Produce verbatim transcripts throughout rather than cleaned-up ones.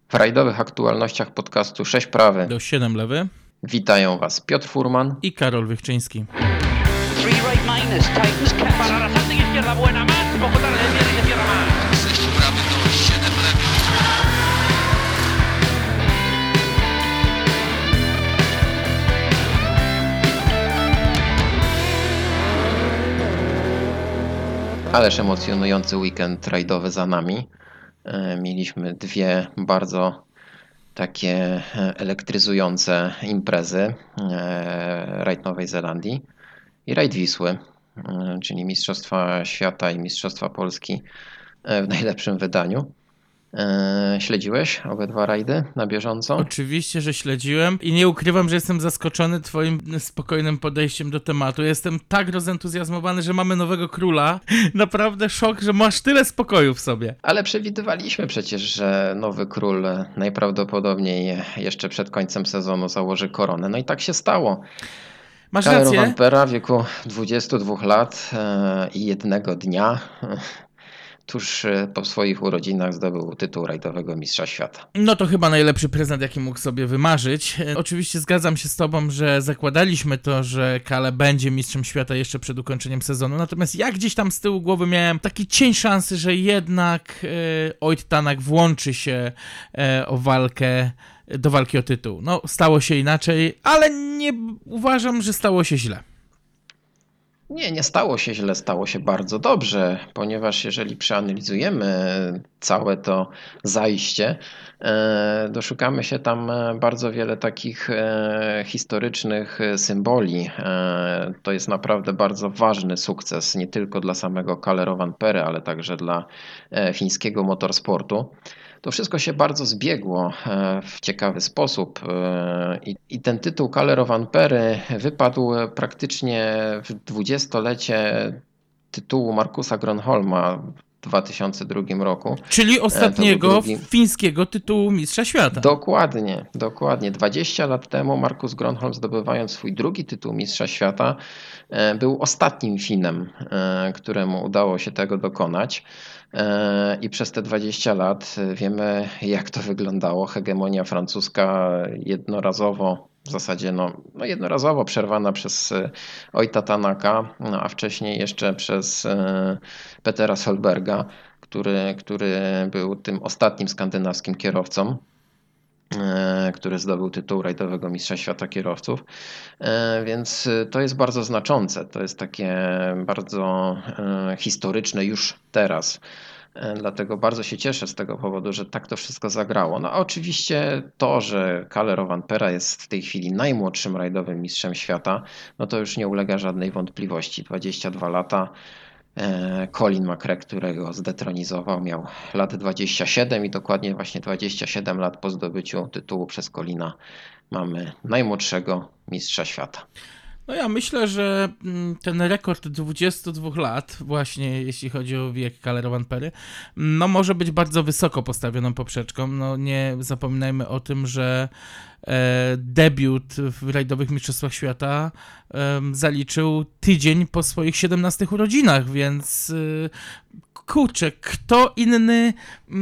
W rajdowych aktualnościach podcastu sześć prawy do siedem lewy witają Was Piotr Furman i Karol Wychczyński. Ależ emocjonujący weekend rajdowy za nami. Mieliśmy dwie bardzo takie elektryzujące imprezy. Rajd Nowej Zelandii i Rajd Wisły, czyli Mistrzostwa Świata i Mistrzostwa Polski w najlepszym wydaniu. Śledziłeś obydwa rajdy na bieżąco? Oczywiście, że śledziłem i nie ukrywam, że jestem zaskoczony twoim spokojnym podejściem do tematu. Jestem tak rozentuzjazmowany, że mamy nowego króla. Naprawdę szok, że masz tyle spokoju w sobie. Ale przewidywaliśmy przecież, że nowy król najprawdopodobniej jeszcze przed końcem sezonu założy koronę. No i tak się stało. Masz Kalle rację. Rovanpera w wieku dwudziestu dwóch lat i jednego dnia tuż po swoich urodzinach zdobył tytuł rajdowego mistrza świata. No to chyba najlepszy prezent, jaki mógł sobie wymarzyć. Oczywiście zgadzam się z tobą, że zakładaliśmy to, że Kalle będzie mistrzem świata jeszcze przed ukończeniem sezonu, natomiast ja gdzieś tam z tyłu głowy miałem taki cień szansy, że jednak e, Ott Tanak włączy się e, o walkę, do walki o tytuł. No, stało się inaczej, ale nie uważam, że stało się źle. Nie, nie stało się źle, stało się bardzo dobrze, ponieważ jeżeli przeanalizujemy całe to zajście, doszukamy się tam bardzo wiele takich historycznych symboli. To jest naprawdę bardzo ważny sukces, nie tylko dla samego Kalle Rovanpery, ale także dla fińskiego motorsportu. To wszystko się bardzo zbiegło w ciekawy sposób i, i ten tytuł Kalle Rovanpery wypadł praktycznie w dwudziestolecie tytułu Markusa Gronholma w dwa tysiące drugim roku. Czyli ostatniego drugi... fińskiego tytułu mistrza świata. Dokładnie, dokładnie. dwadzieścia lat temu Markus Gronholm, zdobywając swój drugi tytuł mistrza świata, był ostatnim Finem, któremu udało się tego dokonać. I przez te dwadzieścia lat wiemy, jak to wyglądało. Hegemonia francuska jednorazowo, w zasadzie no, no jednorazowo przerwana przez Otta Tanaka, no, a wcześniej jeszcze przez Petera Solberga, który, który był tym ostatnim skandynawskim kierowcą, który zdobył tytuł rajdowego mistrza świata kierowców, więc to jest bardzo znaczące, to jest takie bardzo historyczne już teraz. Dlatego bardzo się cieszę z tego powodu, że tak to wszystko zagrało. No a oczywiście to, że Kalle Rovanpera jest w tej chwili najmłodszym rajdowym mistrzem świata, no to już nie ulega żadnej wątpliwości. dwadzieścia dwa lata. Colin McRae, którego zdetronizował, miał lat dwadzieścia siedem i dokładnie właśnie dwadzieścia siedem lat po zdobyciu tytułu przez Colina mamy najmłodszego mistrza świata. No ja myślę, że ten rekord dwudziestu dwóch lat, właśnie jeśli chodzi o wiek Kalle Rovanpery, no może być bardzo wysoko postawioną poprzeczką. No nie zapominajmy o tym, że e, debiut w rajdowych mistrzostwach świata e, zaliczył tydzień po swoich siedemnastych urodzinach, więc e, kurczę, kto inny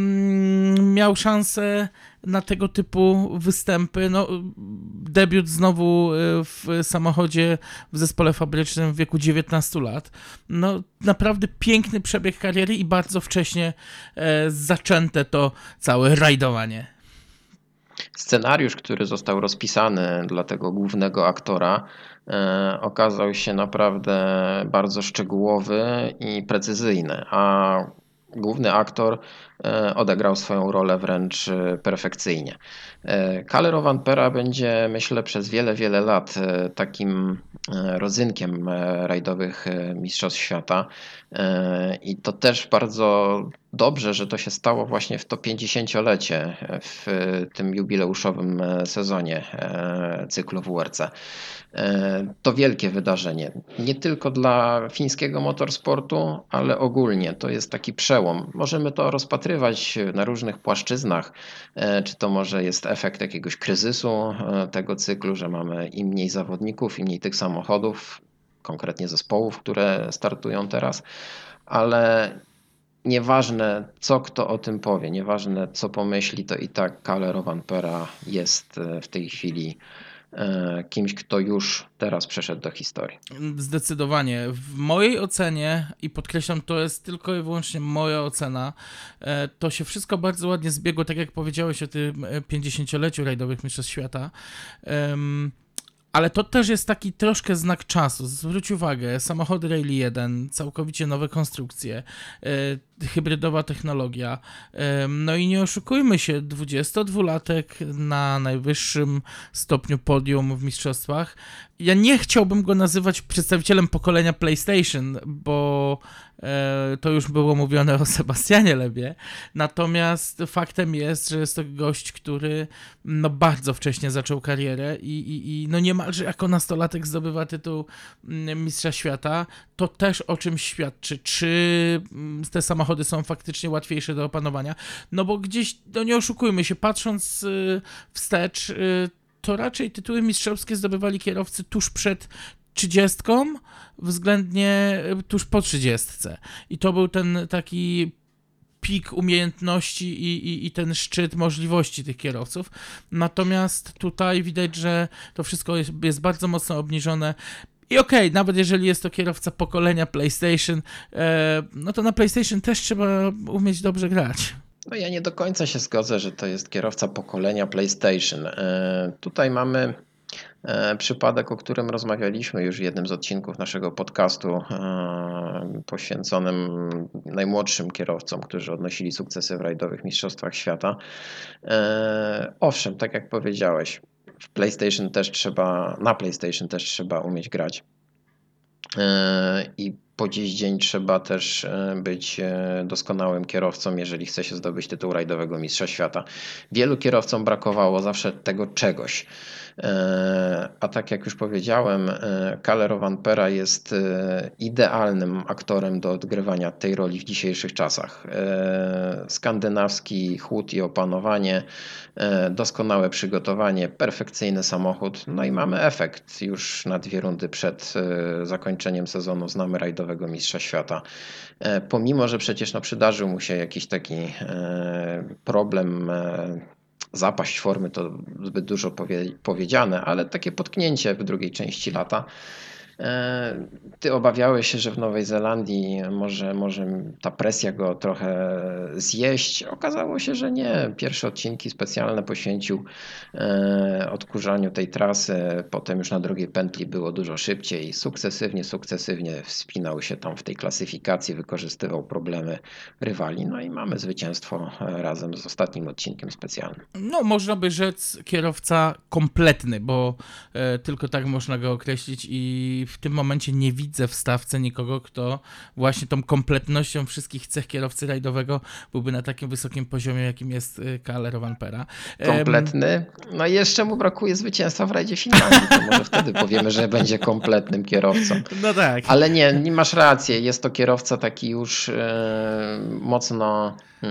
mm, miał szansę na tego typu występy? No, debiut znowu w samochodzie w zespole fabrycznym w wieku dziewiętnastu lat. No, naprawdę piękny przebieg kariery i bardzo wcześnie e, zaczęte to całe rajdowanie. Scenariusz, który został rozpisany dla tego głównego aktora, e, okazał się naprawdę bardzo szczegółowy i precyzyjny, a główny aktor odegrał swoją rolę wręcz perfekcyjnie. Kalle Rovanpera będzie, myślę, przez wiele, wiele lat takim rodzynkiem rajdowych mistrzostw świata i to też bardzo dobrze, że to się stało właśnie w to pięćdziesięciolecie w tym jubileuszowym sezonie cyklu W R C. To wielkie wydarzenie, nie tylko dla fińskiego motorsportu, ale ogólnie to jest taki przełom. Możemy to rozpatrywać na różnych płaszczyznach, czy to może jest efekt jakiegoś kryzysu tego cyklu, że mamy im mniej zawodników, im mniej tych samochodów, konkretnie zespołów, które startują teraz, ale nieważne co kto o tym powie, nieważne co pomyśli, to i tak Kalle Rovanpera jest w tej chwili kimś, kto już teraz przeszedł do historii. Zdecydowanie. W mojej ocenie, i podkreślam, to jest tylko i wyłącznie moja ocena, to się wszystko bardzo ładnie zbiegło, tak jak powiedziałeś o tym pięćdziesięcioleciu rajdowych mistrzostw świata. Um, Ale to też jest taki troszkę znak czasu. Zwróć uwagę, samochody Rally jeden, całkowicie nowe konstrukcje, yy, hybrydowa technologia. Yy, no i nie oszukujmy się, dwudziestodwulatek na najwyższym stopniu podium w mistrzostwach. Ja nie chciałbym go nazywać przedstawicielem pokolenia PlayStation, bo e, to już było mówione o Sebastianie Loebie. Natomiast faktem jest, że jest to gość, który no bardzo wcześnie zaczął karierę i, i, i no niemalże jako nastolatek zdobywa tytuł mistrza świata. To też o czymś świadczy. Czy te samochody są faktycznie łatwiejsze do opanowania? No bo gdzieś, no nie oszukujmy się, patrząc y, wstecz, y, to raczej tytuły mistrzowskie zdobywali kierowcy tuż przed trzydziestką, względnie tuż po trzydziestce. I to był ten taki pik umiejętności i, i, i ten szczyt możliwości tych kierowców. Natomiast tutaj widać, że to wszystko jest, jest bardzo mocno obniżone. I okej, okay, nawet jeżeli jest to kierowca pokolenia PlayStation, e, no to na PlayStation też trzeba umieć dobrze grać. No ja nie do końca się zgodzę, że to jest kierowca pokolenia PlayStation. Tutaj mamy przypadek, o którym rozmawialiśmy już w jednym z odcinków naszego podcastu poświęconym najmłodszym kierowcom, którzy odnosili sukcesy w rajdowych mistrzostwach świata. Owszem, tak jak powiedziałeś, w PlayStation też trzeba, na PlayStation też trzeba umieć grać. I po dziś dzień trzeba też być doskonałym kierowcą, jeżeli chce się zdobyć tytuł rajdowego mistrza świata. Wielu kierowcom brakowało zawsze tego czegoś. A tak jak już powiedziałem, Kalle Rovanpera jest idealnym aktorem do odgrywania tej roli w dzisiejszych czasach. Skandynawski chłód i opanowanie, doskonałe przygotowanie, perfekcyjny samochód, no i mamy efekt. Już na dwie rundy przed zakończeniem sezonu znamy rajdowego mistrza świata. Pomimo, że przecież no, przydarzył mu się jakiś taki problem, zapaść formy to zbyt dużo powie- powiedziane, ale takie potknięcie w drugiej części lata. Ty obawiałeś się, że w Nowej Zelandii może, może ta presja go trochę zjeść. Okazało się, że nie. Pierwsze odcinki specjalne poświęcił odkurzaniu tej trasy. Potem już na drugiej pętli było dużo szybciej. Sukcesywnie, sukcesywnie wspinał się tam w tej klasyfikacji, wykorzystywał problemy rywali. No i mamy zwycięstwo razem z ostatnim odcinkiem specjalnym. No można by rzec kierowca kompletny, bo e, tylko tak można go określić i w tym momencie nie widzę w stawce nikogo, kto właśnie tą kompletnością wszystkich cech kierowcy rajdowego byłby na takim wysokim poziomie, jakim jest Kalle Rovanpera. Kompletny? No i jeszcze mu brakuje zwycięstwa w rajdzie Finlandii, to może wtedy powiemy, że będzie kompletnym kierowcą. No tak. Ale nie, nie masz racji, jest to kierowca taki już yy, mocno yy,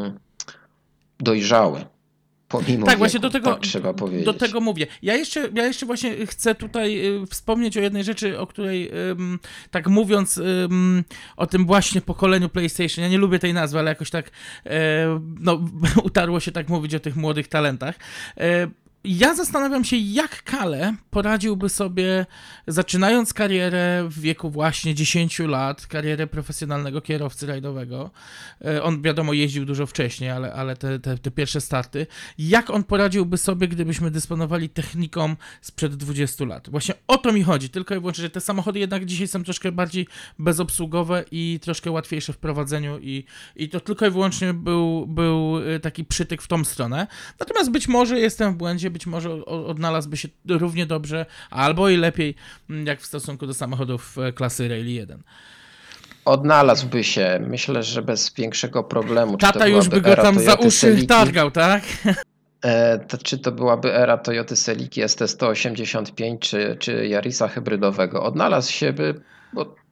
dojrzały. Pomimo tak, właśnie wieku, do tego, tak trzeba powiedzieć. Do tego mówię. Ja jeszcze, ja jeszcze właśnie chcę tutaj y, wspomnieć o jednej rzeczy, o której ym, tak mówiąc ym, o tym właśnie pokoleniu PlayStation, ja nie lubię tej nazwy, ale jakoś tak y, no, utarło się tak mówić o tych młodych talentach. Y, Ja zastanawiam się, jak Kalle poradziłby sobie, zaczynając karierę w wieku właśnie dziesięciu lat, karierę profesjonalnego kierowcy rajdowego. On wiadomo jeździł dużo wcześniej, ale, ale te, te, te pierwsze starty. Jak on poradziłby sobie, gdybyśmy dysponowali techniką sprzed dwudziestu lat? Właśnie o to mi chodzi, tylko i wyłącznie, że te samochody jednak dzisiaj są troszkę bardziej bezobsługowe i troszkę łatwiejsze w prowadzeniu i, i to tylko i wyłącznie był, był taki przytyk w tą stronę. Natomiast być może jestem w błędzie, być może odnalazłby się równie dobrze, albo i lepiej, jak w stosunku do samochodów klasy Rally jeden. Odnalazłby się. Myślę, że bez większego problemu. Tata już by go tam za uszy targał, tak? To, czy to byłaby era Toyoty Celica S T sto osiemdziesiąt pięć czy, czy Yarisa hybrydowego. Odnalazł się by, bo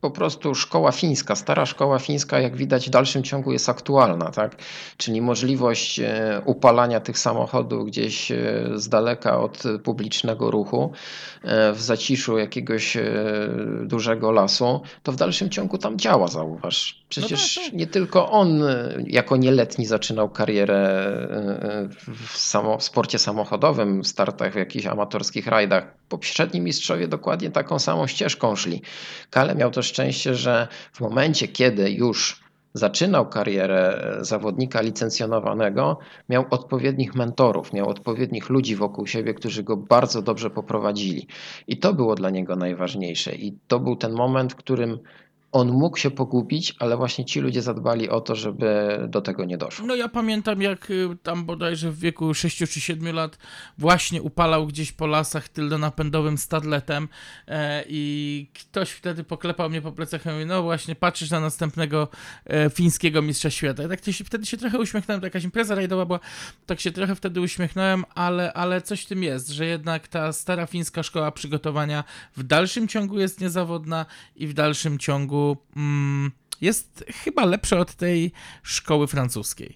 po prostu szkoła fińska, stara szkoła fińska, jak widać w dalszym ciągu jest aktualna, tak? Czyli możliwość e, upalania tych samochodów gdzieś e, z daleka od publicznego ruchu, e, w zaciszu jakiegoś e, dużego lasu, to w dalszym ciągu tam działa, zauważ. No tak, Przecież tak. nie tylko on e, jako nieletni zaczynał karierę e, w, samo, w sporcie samochodowym, w startach w jakichś amatorskich rajdach. Poprzedni mistrzowie dokładnie taką samą ścieżką szli. Kale miał to szczęście, że w momencie, kiedy już zaczynał karierę zawodnika licencjonowanego, miał odpowiednich mentorów, miał odpowiednich ludzi wokół siebie, którzy go bardzo dobrze poprowadzili. I to było dla niego najważniejsze. I to był ten moment, w którym on mógł się pogubić, ale właśnie ci ludzie zadbali o to, żeby do tego nie doszło. No ja pamiętam, jak y, tam bodajże w wieku sześciu czy siedmiu lat właśnie upalał gdzieś po lasach tylnonapędowym stadletem e, i ktoś wtedy poklepał mnie po plecach i mówi, no właśnie, patrzysz na następnego e, fińskiego mistrza świata. I tak się, wtedy się trochę uśmiechnąłem, to jakaś impreza rajdowa była, tak się trochę wtedy uśmiechnąłem, ale, ale coś w tym jest, że jednak ta stara fińska szkoła przygotowania w dalszym ciągu jest niezawodna i w dalszym ciągu mm, jest chyba lepsza od tej szkoły francuskiej.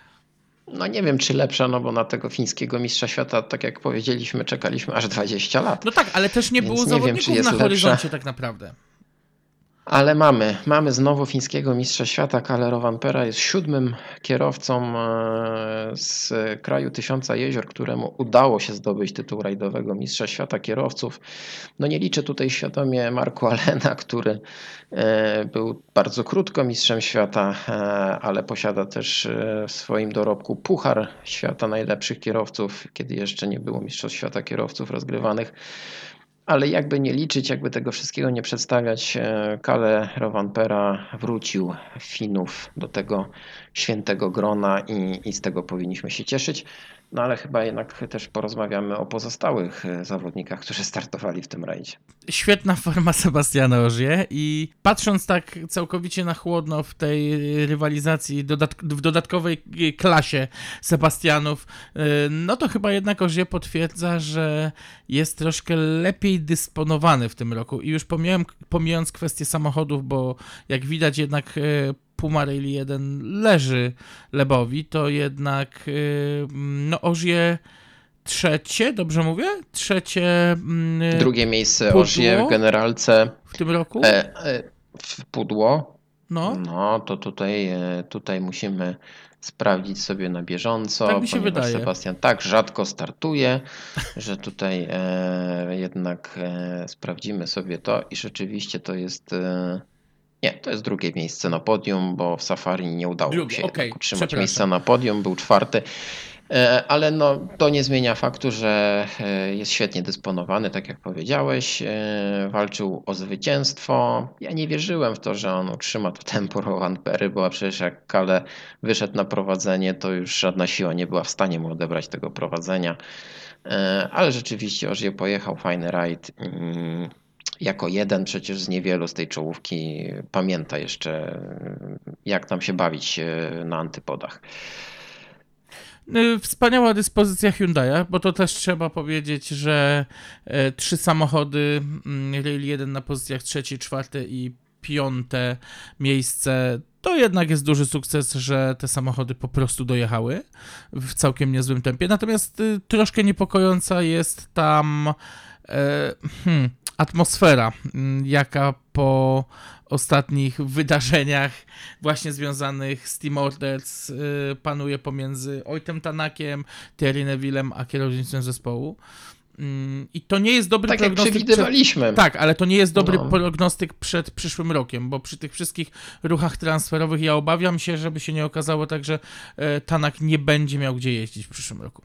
No nie wiem, czy lepsza, no bo na tego fińskiego mistrza świata, tak jak powiedzieliśmy, czekaliśmy aż dwadzieścia lat. No tak, ale też nie Więc było nie wiem, zawodników czy jest na lepsza. horyzoncie tak naprawdę. Ale mamy, mamy znowu fińskiego mistrza świata. Kalle Rovanperä jest siódmym kierowcą e, z kraju Tysiąca Jezior, któremu udało się zdobyć tytuł rajdowego mistrza świata kierowców. No nie liczę tutaj świadomie Marku Allena, który e, był bardzo krótko mistrzem świata, e, ale posiada też e, w swoim dorobku Puchar Świata Najlepszych Kierowców, kiedy jeszcze nie było mistrzostw świata kierowców rozgrywanych. Ale jakby nie liczyć, jakby tego wszystkiego nie przedstawiać, Kalle Rovanperä wrócił Finów do tego świętego grona i, i z tego powinniśmy się cieszyć. No ale chyba jednak też porozmawiamy o pozostałych zawodnikach, którzy startowali w tym rajdzie. Świetna forma Sebastiana Ogier i patrząc tak całkowicie na chłodno w tej rywalizacji dodatk- w dodatkowej klasie Sebastianów, no to chyba jednak Ogier potwierdza, że jest troszkę lepiej dysponowany w tym roku i już pomijam, pomijając kwestię samochodów, bo jak widać jednak Puma Rally jeden leży Lebowi, to jednak no Ogier trzecie, dobrze mówię? Trzecie mm, Drugie miejsce pudło Ogier w generalce w tym roku? E, e, w pudło. No, No to tutaj, e, tutaj musimy sprawdzić sobie na bieżąco, tak mi się ponieważ wydaje. Sebastian tak rzadko startuje, że tutaj e, jednak e, sprawdzimy sobie to i rzeczywiście to jest e, nie, to jest drugie miejsce na podium, bo w Safari nie udało mu Drugie, się okej, jednak utrzymać przepraszam. miejsca na podium, był czwarty. E, Ale no, to nie zmienia faktu, że e, jest świetnie dysponowany, tak jak powiedziałeś. E, Walczył o zwycięstwo. Ja nie wierzyłem w to, że on utrzyma to tempo Rovanpery, bo przecież jak Kalle wyszedł na prowadzenie, to już żadna siła nie była w stanie mu odebrać tego prowadzenia. E, Ale rzeczywiście Ogier pojechał, fajny rajd. Mm, Jako jeden przecież z niewielu z tej czołówki pamięta jeszcze, jak tam się bawić e, na antypodach. Y, Wspaniała dyspozycja Hyundai'a, bo to też trzeba powiedzieć, że e, trzy samochody, mm, Rally jeden na pozycjach trzecie, czwarte i piąte miejsce, to jednak jest duży sukces, że te samochody po prostu dojechały w całkiem niezłym tempie. Natomiast y, troszkę niepokojąca jest tam e, hmm, atmosfera, mm, jaka po ostatnich wydarzeniach właśnie związanych z Team Orders yy, panuje pomiędzy Ojtem Tanakiem, Thierry Nevillem a kierownictwem zespołu. Yy, I to nie jest dobry Tak jak prognostyk. przewidywaliśmy. Przed... Tak, ale to nie jest dobry No. prognostyk przed przyszłym rokiem, bo przy tych wszystkich ruchach transferowych ja obawiam się, żeby się nie okazało tak, że yy, Tanak nie będzie miał gdzie jeździć w przyszłym roku.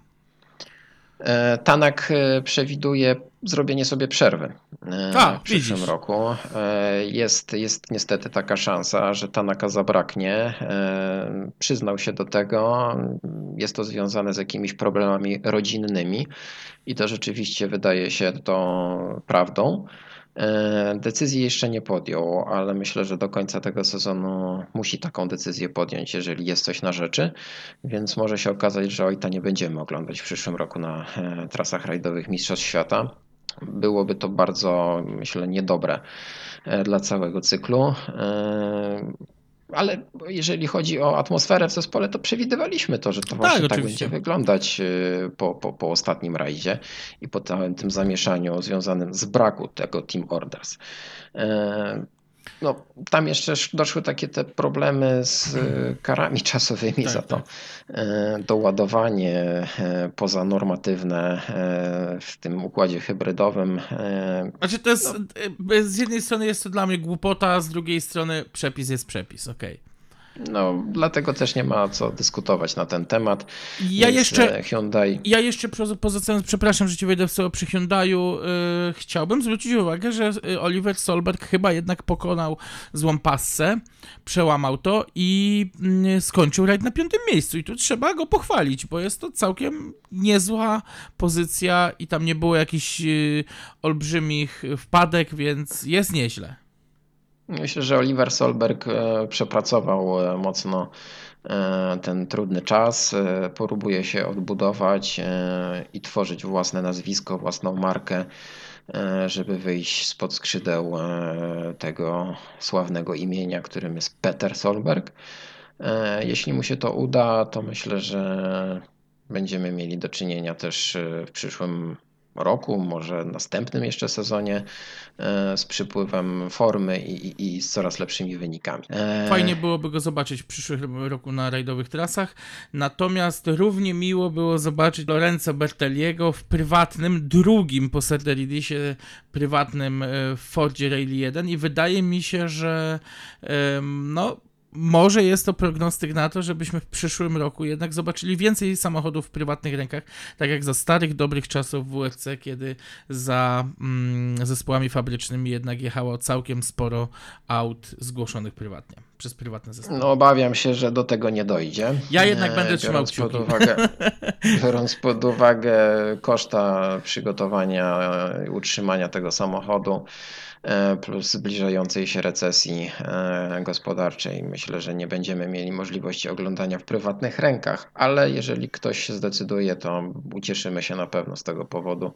E, Tanak e, przewiduje zrobienie sobie przerwy e, A, w przyszłym widzisz. roku. E, Jest, jest niestety taka szansa, że Tanaka zabraknie. E, Przyznał się do tego. Jest to związane z jakimiś problemami rodzinnymi i to rzeczywiście wydaje się to prawdą. E, Decyzji jeszcze nie podjął, ale myślę, że do końca tego sezonu musi taką decyzję podjąć, jeżeli jest coś na rzeczy, więc może się okazać, że Ojta nie będziemy oglądać w przyszłym roku na e, trasach rajdowych Mistrzostw Świata. byłoby to bardzo, myślę, niedobre dla całego cyklu. Ale jeżeli chodzi o atmosferę w zespole, to przewidywaliśmy to, że to właśnie Tak, tak oczywiście. będzie wyglądać po, po, po ostatnim rajdzie i po całym tym zamieszaniu związanym z braku tego Team Orders. No, tam jeszcze doszły takie te problemy z karami czasowymi Tak, za to tak. doładowanie pozanormatywne w tym układzie hybrydowym. Znaczy to jest, no. z jednej strony jest to dla mnie głupota, z drugiej strony przepis jest przepis, okej. Okay. No, dlatego też nie ma co dyskutować na ten temat. Ja Więc jeszcze, Hyundai... ja jeszcze pozostając, przepraszam, że ci wejdę w słowo przy Hyundaiu, yy, chciałbym zwrócić uwagę, że Oliver Solberg chyba jednak pokonał złą passę, przełamał to i yy, skończył rajd na piątym miejscu i tu trzeba go pochwalić, bo jest to całkiem niezła pozycja i tam nie było jakichś yy, olbrzymich wpadek, więc jest nieźle. Myślę, że Oliver Solberg przepracował mocno ten trudny czas, próbuje się odbudować i tworzyć własne nazwisko, własną markę, żeby wyjść spod skrzydeł tego sławnego imienia, którym jest Peter Solberg. Jeśli mu się to uda, to myślę, że będziemy mieli do czynienia też w przyszłym roku, może następnym jeszcze sezonie z przypływem formy i, i, i z coraz lepszymi wynikami. Fajnie byłoby go zobaczyć w przyszłym roku na rajdowych trasach, natomiast równie miło było zobaczyć Lorenzo Bertelliego w prywatnym, drugim po Serderiddisie prywatnym w Fordzie Rally jeden i wydaje mi się, że no może jest to prognostyk na to, żebyśmy w przyszłym roku jednak zobaczyli więcej samochodów w prywatnych rękach, tak jak za starych, dobrych czasów w W F C, kiedy za mm, zespołami fabrycznymi jednak jechało całkiem sporo aut zgłoszonych prywatnie, przez prywatne zespoły. No obawiam się, że do tego nie dojdzie. Ja jednak będę trzymał kciuki. Pod uwagę, biorąc pod uwagę koszta przygotowania i utrzymania tego samochodu, plus zbliżającej się recesji gospodarczej. Myślę, że nie będziemy mieli możliwości oglądania w prywatnych rękach, ale jeżeli ktoś się zdecyduje, to ucieszymy się na pewno z tego powodu.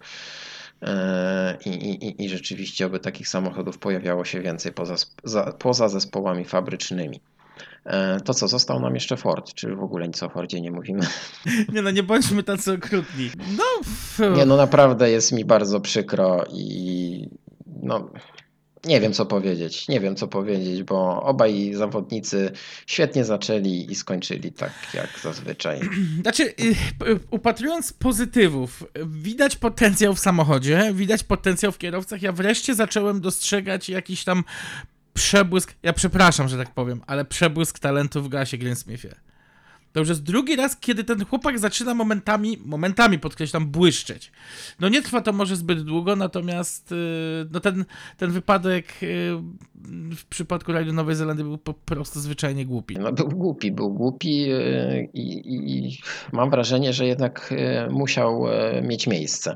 I, i, i rzeczywiście oby takich samochodów pojawiało się więcej poza, za, poza zespołami fabrycznymi. To co, został nam jeszcze Ford, czy w ogóle nic o Fordzie nie mówimy? Nie no, nie bądźmy tacy okrutni. No, f... Nie no, naprawdę jest mi bardzo przykro i no... Nie wiem co powiedzieć, nie wiem co powiedzieć, bo obaj zawodnicy świetnie zaczęli i skończyli tak jak zazwyczaj. Znaczy, upatrując pozytywów, widać potencjał w samochodzie, widać potencjał w kierowcach. Ja wreszcie zacząłem dostrzegać jakiś tam przebłysk, ja przepraszam, że tak powiem, ale przebłysk talentu w Gasie Greensmithie. To już jest drugi raz, kiedy ten chłopak zaczyna momentami, momentami podkreślam, błyszczeć. No nie trwa to może zbyt długo, natomiast no ten, ten wypadek w przypadku rajdu Nowej Zelandii był po prostu zwyczajnie głupi. No był głupi, był głupi i, i, i mam wrażenie, że jednak musiał mieć miejsce.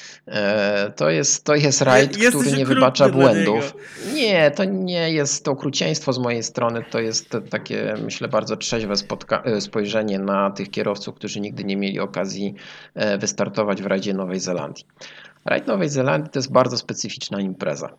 To jest, to jest rajd, Jesteś który nie wybacza błędów. Nie, to nie jest okrucieństwo z mojej strony, to jest takie, myślę, bardzo trzeźwe spotka- spojrzenie na tych kierowców, którzy nigdy nie mieli okazji wystartować w rajdzie Nowej Zelandii. Rajd Nowej Zelandii to jest bardzo specyficzna impreza.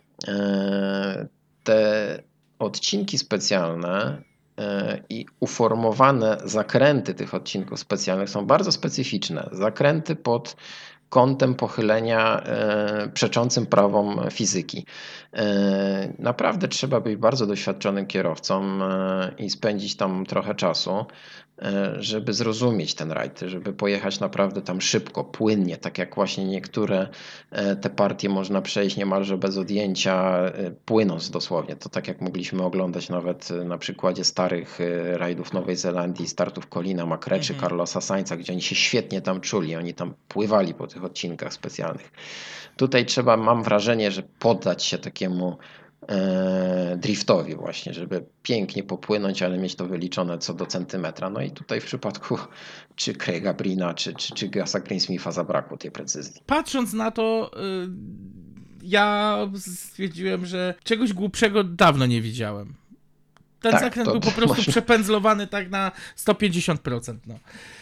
Te odcinki specjalne i uformowane zakręty tych odcinków specjalnych są bardzo specyficzne. Zakręty pod kątem pochylenia e, przeczącym prawom fizyki. E, naprawdę trzeba być bardzo doświadczonym kierowcą e, i spędzić tam trochę czasu, e, żeby zrozumieć ten rajd, żeby pojechać naprawdę tam szybko, płynnie, tak jak właśnie niektóre e, te partie można przejść niemalże bez odjęcia, e, płynąc dosłownie. To tak jak mogliśmy oglądać nawet na przykładzie starych e, rajdów Nowej Zelandii, startów Colina McRae czy Mhm. Carlosa Sainza, gdzie oni się świetnie tam czuli, oni tam pływali po tych odcinkach specjalnych. Tutaj trzeba, mam wrażenie, że poddać się takiemu e, driftowi właśnie, żeby pięknie popłynąć, ale mieć to wyliczone co do centymetra. No i tutaj w przypadku czy Craiga Breena, czy, czy, czy Gasa Greensmitha zabrakło tej precyzji. Patrząc na to, yy, ja stwierdziłem, że czegoś głupszego dawno nie widziałem. Ten Tak, zakręt to był po prostu można... przepędzlowany tak na sto pięćdziesiąt procent. No.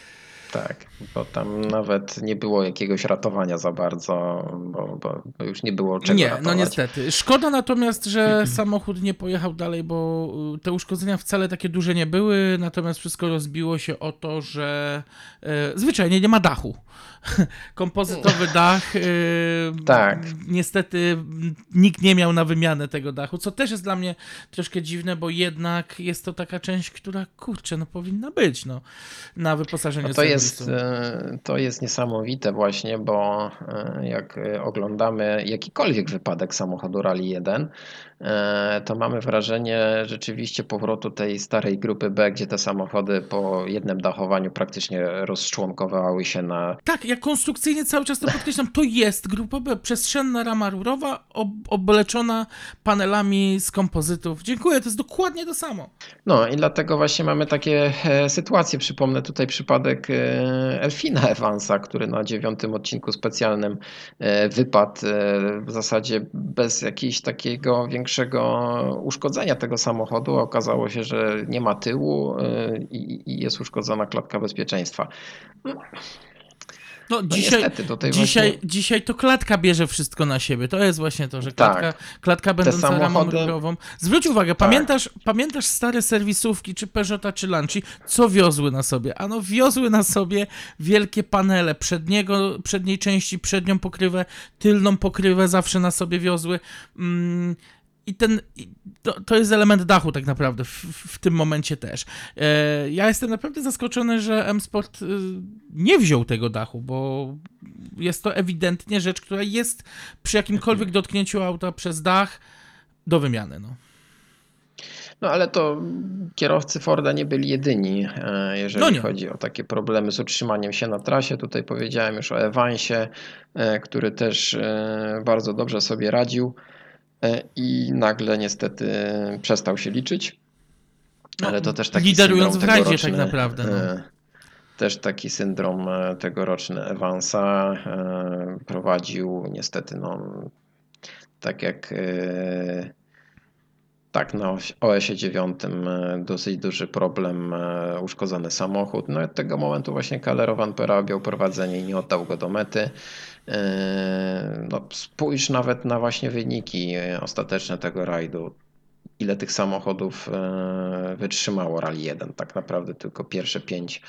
Tak, bo tam nawet nie było jakiegoś ratowania za bardzo, bo, bo, bo już nie było czego Nie, ratować. no niestety. Szkoda natomiast, że samochód nie pojechał dalej, bo te uszkodzenia wcale takie duże nie były, natomiast wszystko rozbiło się o to, że e, zwyczajnie nie ma dachu. Kompozytowy dach, e, Tak. niestety nikt nie miał na wymianę tego dachu, co też jest dla mnie troszkę dziwne, bo jednak jest to taka część, która kurczę, no powinna być, no, na wyposażenie No to, jest, serwisu. e, to jest niesamowite właśnie, bo e, jak oglądamy jakikolwiek wypadek samochodu Rally jeden, e, to mamy wrażenie rzeczywiście powrotu tej starej grupy B, gdzie te samochody po jednym dachowaniu praktycznie rozczłonkowały się na... Tak, ja konstrukcyjnie cały czas to podkreślam, to jest grupa B, przestrzenna rama rurowa ob obleczona panelami z kompozytów. Dziękuję, to jest dokładnie to samo. No i dlatego właśnie mamy takie e, sytuacje. Przypomnę tutaj przypadek e, Elfina Evansa, który na dziewiątym odcinku specjalnym e, wypadł e, w zasadzie bez jakiegoś takiego większego uszkodzenia tego samochodu. Okazało się, że nie ma tyłu e, i, i jest uszkodzona klatka bezpieczeństwa. No, No, no dzisiaj, niestety, tutaj dzisiaj, właśnie... dzisiaj to klatka bierze wszystko na siebie. To jest właśnie to, że klatka, Tak. klatka będąca ramą samochody- rurową. Zwróć uwagę, pamiętasz, pamiętasz stare serwisówki, czy Peugeota, czy Lancia, co wiozły na sobie? Ano wiozły na sobie wielkie panele przedniego, przedniej części, przednią pokrywę, tylną pokrywę zawsze na sobie wiozły. Mm, I ten, i to, to jest element dachu tak naprawdę, w, w tym momencie też. E, ja jestem naprawdę zaskoczony, że M-Sport y, nie wziął tego dachu, bo jest to ewidentnie rzecz, która jest przy jakimkolwiek dotknięciu auta przez dach do wymiany. No. No ale to kierowcy Forda nie byli jedyni, e, jeżeli No nie. chodzi o takie problemy z utrzymaniem się na trasie. Tutaj powiedziałem już o Evansie, e, który też e, bardzo dobrze sobie radził e, i nagle niestety przestał się liczyć. No, Ale to też taki liderując syndrom w rajdzie tegoroczny, tak naprawdę. No. e, też taki syndrom e, tegoroczny Evansa e, prowadził niestety, no tak jak e, tak, na O S-ie dziewiątym dosyć duży problem, e, uszkodzony samochód. No i od tego momentu właśnie Kalle Rovanpera objął prowadzenie i nie oddał go do mety. E, No, spójrz nawet na właśnie wyniki ostateczne tego rajdu. Ile tych samochodów e, wytrzymało Rally jeden? Tak naprawdę tylko pierwsze pięć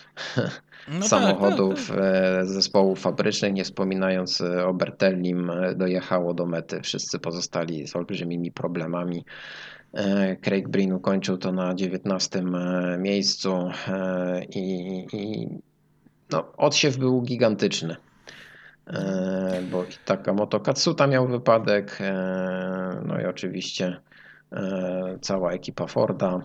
No samochodów tak, tak, tak. e, zespołów fabrycznych, nie wspominając o Bertellim, e, dojechało do mety. Wszyscy pozostali z olbrzymimi problemami. E, Craig Breen ukończył to na dziewiętnastym e, miejscu e, i, i no, odsiew był gigantyczny. E, Bo i Takamoto Katsuta miał wypadek, e, no i oczywiście e, cała ekipa Forda.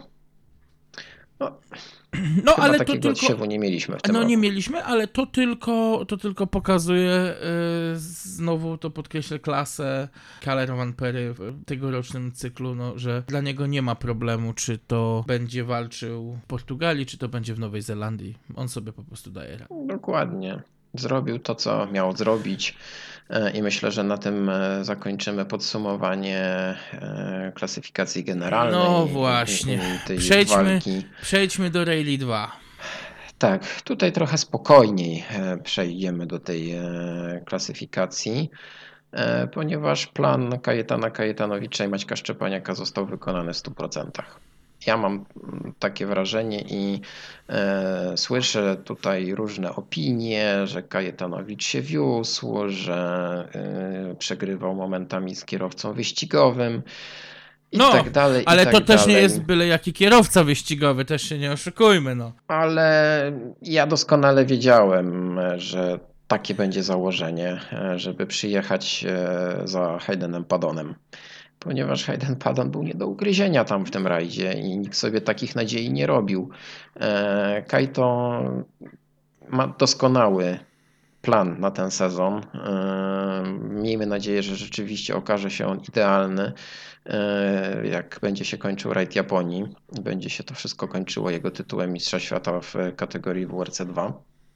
No, No chyba ale to takiego tylko... odsiewu nie mieliśmy w tym No roku. nie mieliśmy, ale to tylko, to tylko pokazuje, yy, znowu to podkreślę, klasę Kalle Rovanpery w tegorocznym cyklu, no, że dla niego nie ma problemu, czy to będzie walczył w Portugalii, czy to będzie w Nowej Zelandii. On sobie po prostu daje radę. Dokładnie. Zrobił to, co miał zrobić e, i myślę, że na tym e, zakończymy podsumowanie e, klasyfikacji generalnej. No i- i- właśnie. i tej Przejdźmy, walki. przejdźmy do Rally dwa. Tak, tutaj trochę spokojniej e, przejdziemy do tej e, klasyfikacji, e, ponieważ plan Kajetana Kajetanowicza i Maćka Szczepaniaka został wykonany w stu procentach. Ja mam mm, takie wrażenie i e, słyszę tutaj różne opinie, że Kajetanowicz się wiózł, że e, przegrywał momentami z kierowcą wyścigowym i No, tak dalej. i ale tak to też dalej. nie jest byle jaki kierowca wyścigowy, też się nie oszukujmy, no. Ale ja doskonale wiedziałem, że takie będzie założenie, żeby przyjechać e, za Haydenem Paddonem. Ponieważ Hayden Paddon był nie do ugryzienia tam w tym rajdzie i nikt sobie takich nadziei nie robił. E, Kaito ma doskonały plan na ten sezon. E, Miejmy nadzieję, że rzeczywiście okaże się on idealny, e, jak będzie się kończył rajd Japonii. Będzie się to wszystko kończyło jego tytułem Mistrza Świata w kategorii W R C dwa.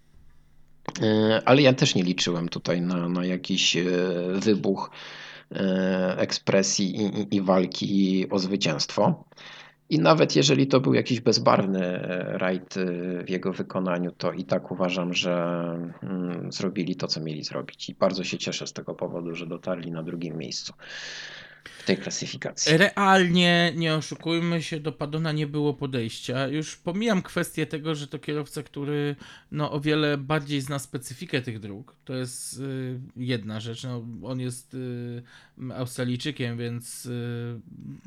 E, Ale ja też nie liczyłem tutaj na, na jakiś e, wybuch e, ekspresji i, i, i walki o zwycięstwo. I nawet jeżeli to był jakiś bezbarwny rajd w jego wykonaniu, to i tak uważam, że mm, zrobili to, co mieli zrobić. I bardzo się cieszę z tego powodu, że dotarli na drugim miejscu w tej klasyfikacji. Realnie, nie oszukujmy się, do Paddona nie było podejścia. Już pomijam kwestię tego, że to kierowca, który no, o wiele bardziej zna specyfikę tych dróg. To jest y, jedna rzecz. No, on jest y, Australijczykiem, więc y,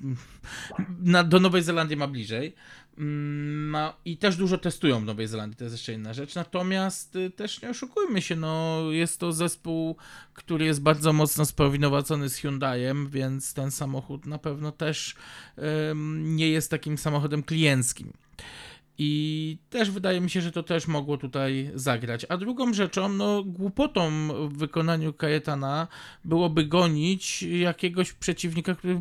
na, do Nowej Zelandii ma bliżej. No, i też dużo testują w Nowej Zelandii, to jest jeszcze inna rzecz. Natomiast y, też nie oszukujmy się, no, jest to zespół, który jest bardzo mocno sprowinowacony z Hyundaiem, więc ten samochód na pewno też ym, nie jest takim samochodem klienckim. I też wydaje mi się, że to też mogło tutaj zagrać. A drugą rzeczą, no głupotą w wykonaniu Cayetana byłoby gonić jakiegoś przeciwnika, który